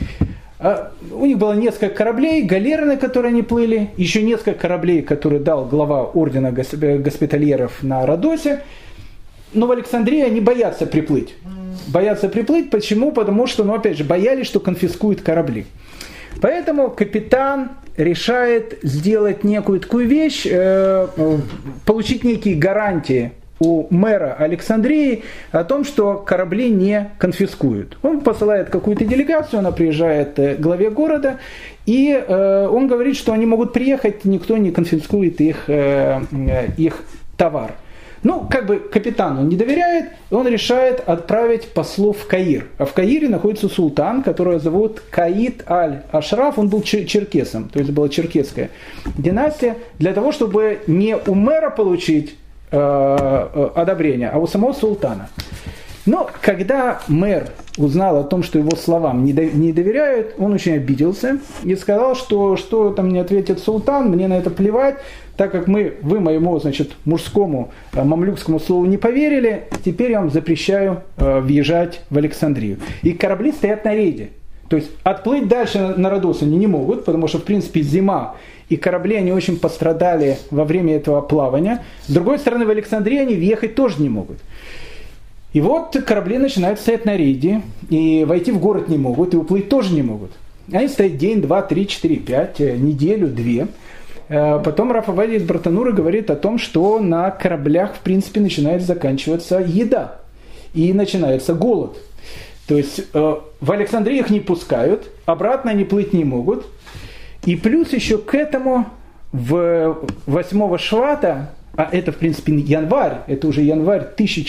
У них было несколько кораблей, галеры, на которые они плыли, еще несколько кораблей, которые дал глава ордена госпитальеров на Родосе. Но в Александрии они боятся приплыть. Боятся приплыть, почему? Потому что, опять же, боялись, что конфискуют корабли. Поэтому капитан решает сделать некую такую вещь, получить некие гарантии у мэра Александрии о том, что корабли не конфискуют. Он посылает какую-то делегацию, она приезжает к главе города, и он говорит, что они могут приехать, никто не конфискует их товар. Капитану не доверяет, он решает отправить послов в Каир. А в Каире находится султан, которого зовут Каид аль-Ашраф, он был черкесом, то есть была черкесская династия, для того, чтобы не у мэра получить одобрения, а у самого султана. Но когда мэр узнал о том, что его словам не доверяют, он очень обиделся и сказал, что там мне ответит султан, мне на это плевать, так как вы моему, мужскому мамлюкскому слову не поверили, теперь я вам запрещаю въезжать в Александрию. И корабли стоят на рейде. То есть отплыть дальше на Родос они не могут, потому что в принципе зима, и корабли, они очень пострадали во время этого плавания. С другой стороны, в Александрии они въехать тоже не могут. И вот корабли начинают стоять на рейде, и войти в город не могут, и уплыть тоже не могут. Они стоят день, 2, 3, 4, 5, неделю, 2. Потом Рав Овадия из Бартанура говорит о том, что на кораблях, в принципе, начинает заканчиваться еда. И начинается голод. То есть в Александрии их не пускают, обратно они плыть не могут. И плюс еще к этому в 8 Швата, а это в принципе январь, это уже январь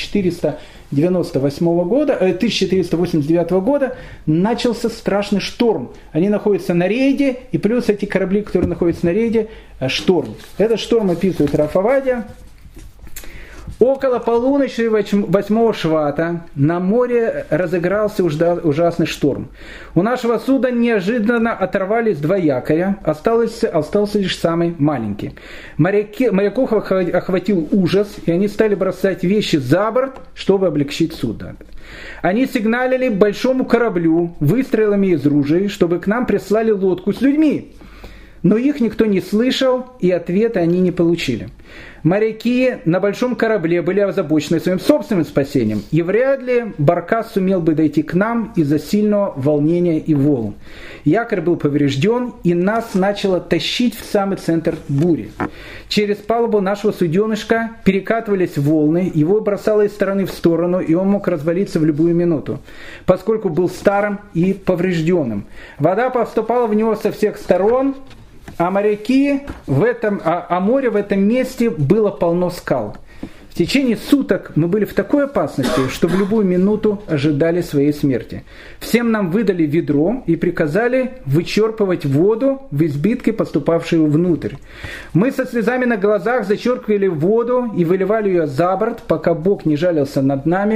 1489 года, начался страшный шторм. Они находятся на рейде, и плюс эти корабли, которые находятся на рейде, шторм. Этот шторм описывает Рав Овадия. Около полуночи 8 Швата на море разыгрался ужасный шторм. У нашего судна неожиданно оторвались 2 якоря, остался лишь самый маленький. Моряков охватил ужас, и они стали бросать вещи за борт, чтобы облегчить судно. Они сигналили большому кораблю выстрелами из ружей, чтобы к нам прислали лодку с людьми. Но их никто не слышал, и ответа они не получили. Моряки на большом корабле были озабочены своим собственным спасением, и вряд ли баркас сумел бы дойти к нам из-за сильного волнения и волн. Якорь был поврежден, и нас начало тащить в самый центр бури. Через палубу нашего суденышка перекатывались волны, его бросало из стороны в сторону, и он мог развалиться в любую минуту, поскольку был старым и поврежденным. Вода поступала в него со всех сторон, а море в этом месте было полно скал. В течение суток мы были в такой опасности, что в любую минуту ожидали своей смерти. Всем нам выдали ведро и приказали вычерпывать воду в избытке, поступавшую внутрь. Мы со слезами на глазах зачерпывали воду и выливали ее за борт, пока Бог не жалился над нами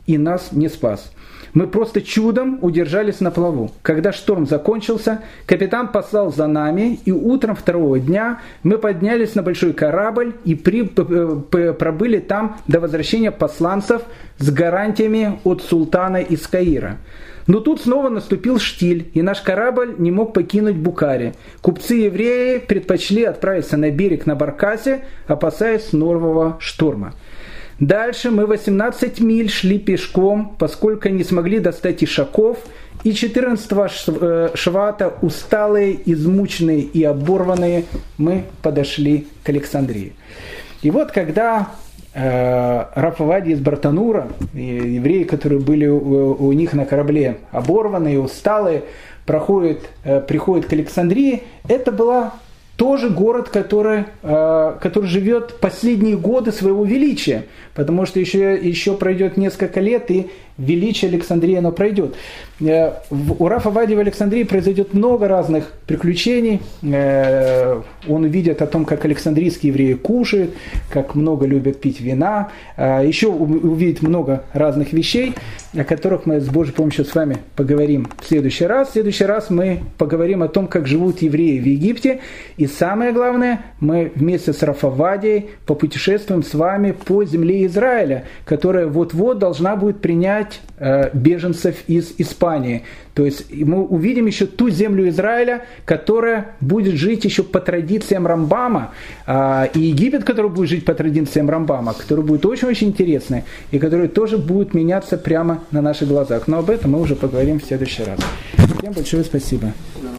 и нас не спас. Мы просто чудом удержались на плаву. Когда шторм закончился, капитан послал за нами, и утром второго дня мы поднялись на большой корабль и пробыли там до возвращения посланцев с гарантиями от султана из Каира. Но тут снова наступил штиль, и наш корабль не мог покинуть Бухари. Купцы-евреи предпочли отправиться на берег на баркасе, опасаясь нового шторма. Дальше мы 18 миль шли пешком, поскольку не смогли достать ишаков, и 14 швата, усталые, измученные и оборванные, мы подошли к Александрии. И вот когда Рав Овадия из Бартанура, евреи, которые были у них на корабле оборванные, усталые, приходят к Александрии, это была тоже город, который живет последние годы своего величия, потому что еще пройдет несколько лет, и величие Александрии оно пройдет. У Рава Овадии в Александрии произойдет много разных приключений. Он увидит о том, как александрийские евреи кушают, как много любят пить вина. Еще увидит много разных вещей, о которых мы с Божьей помощью с вами поговорим в следующий раз. В следующий раз мы поговорим о том, как живут евреи в Египте. И самое главное, мы вместе с Рав Овадией попутешествуем с вами по земле Израиля, которая вот-вот должна будет принять беженцев из Испании. То есть мы увидим еще ту землю Израиля, которая будет жить еще по традициям Рамбама, и Египет, который будет жить по традициям Рамбама, который будет очень-очень интересный, и который тоже будет меняться прямо на наших глазах. Но об этом мы уже поговорим в следующий раз. Всем большое спасибо.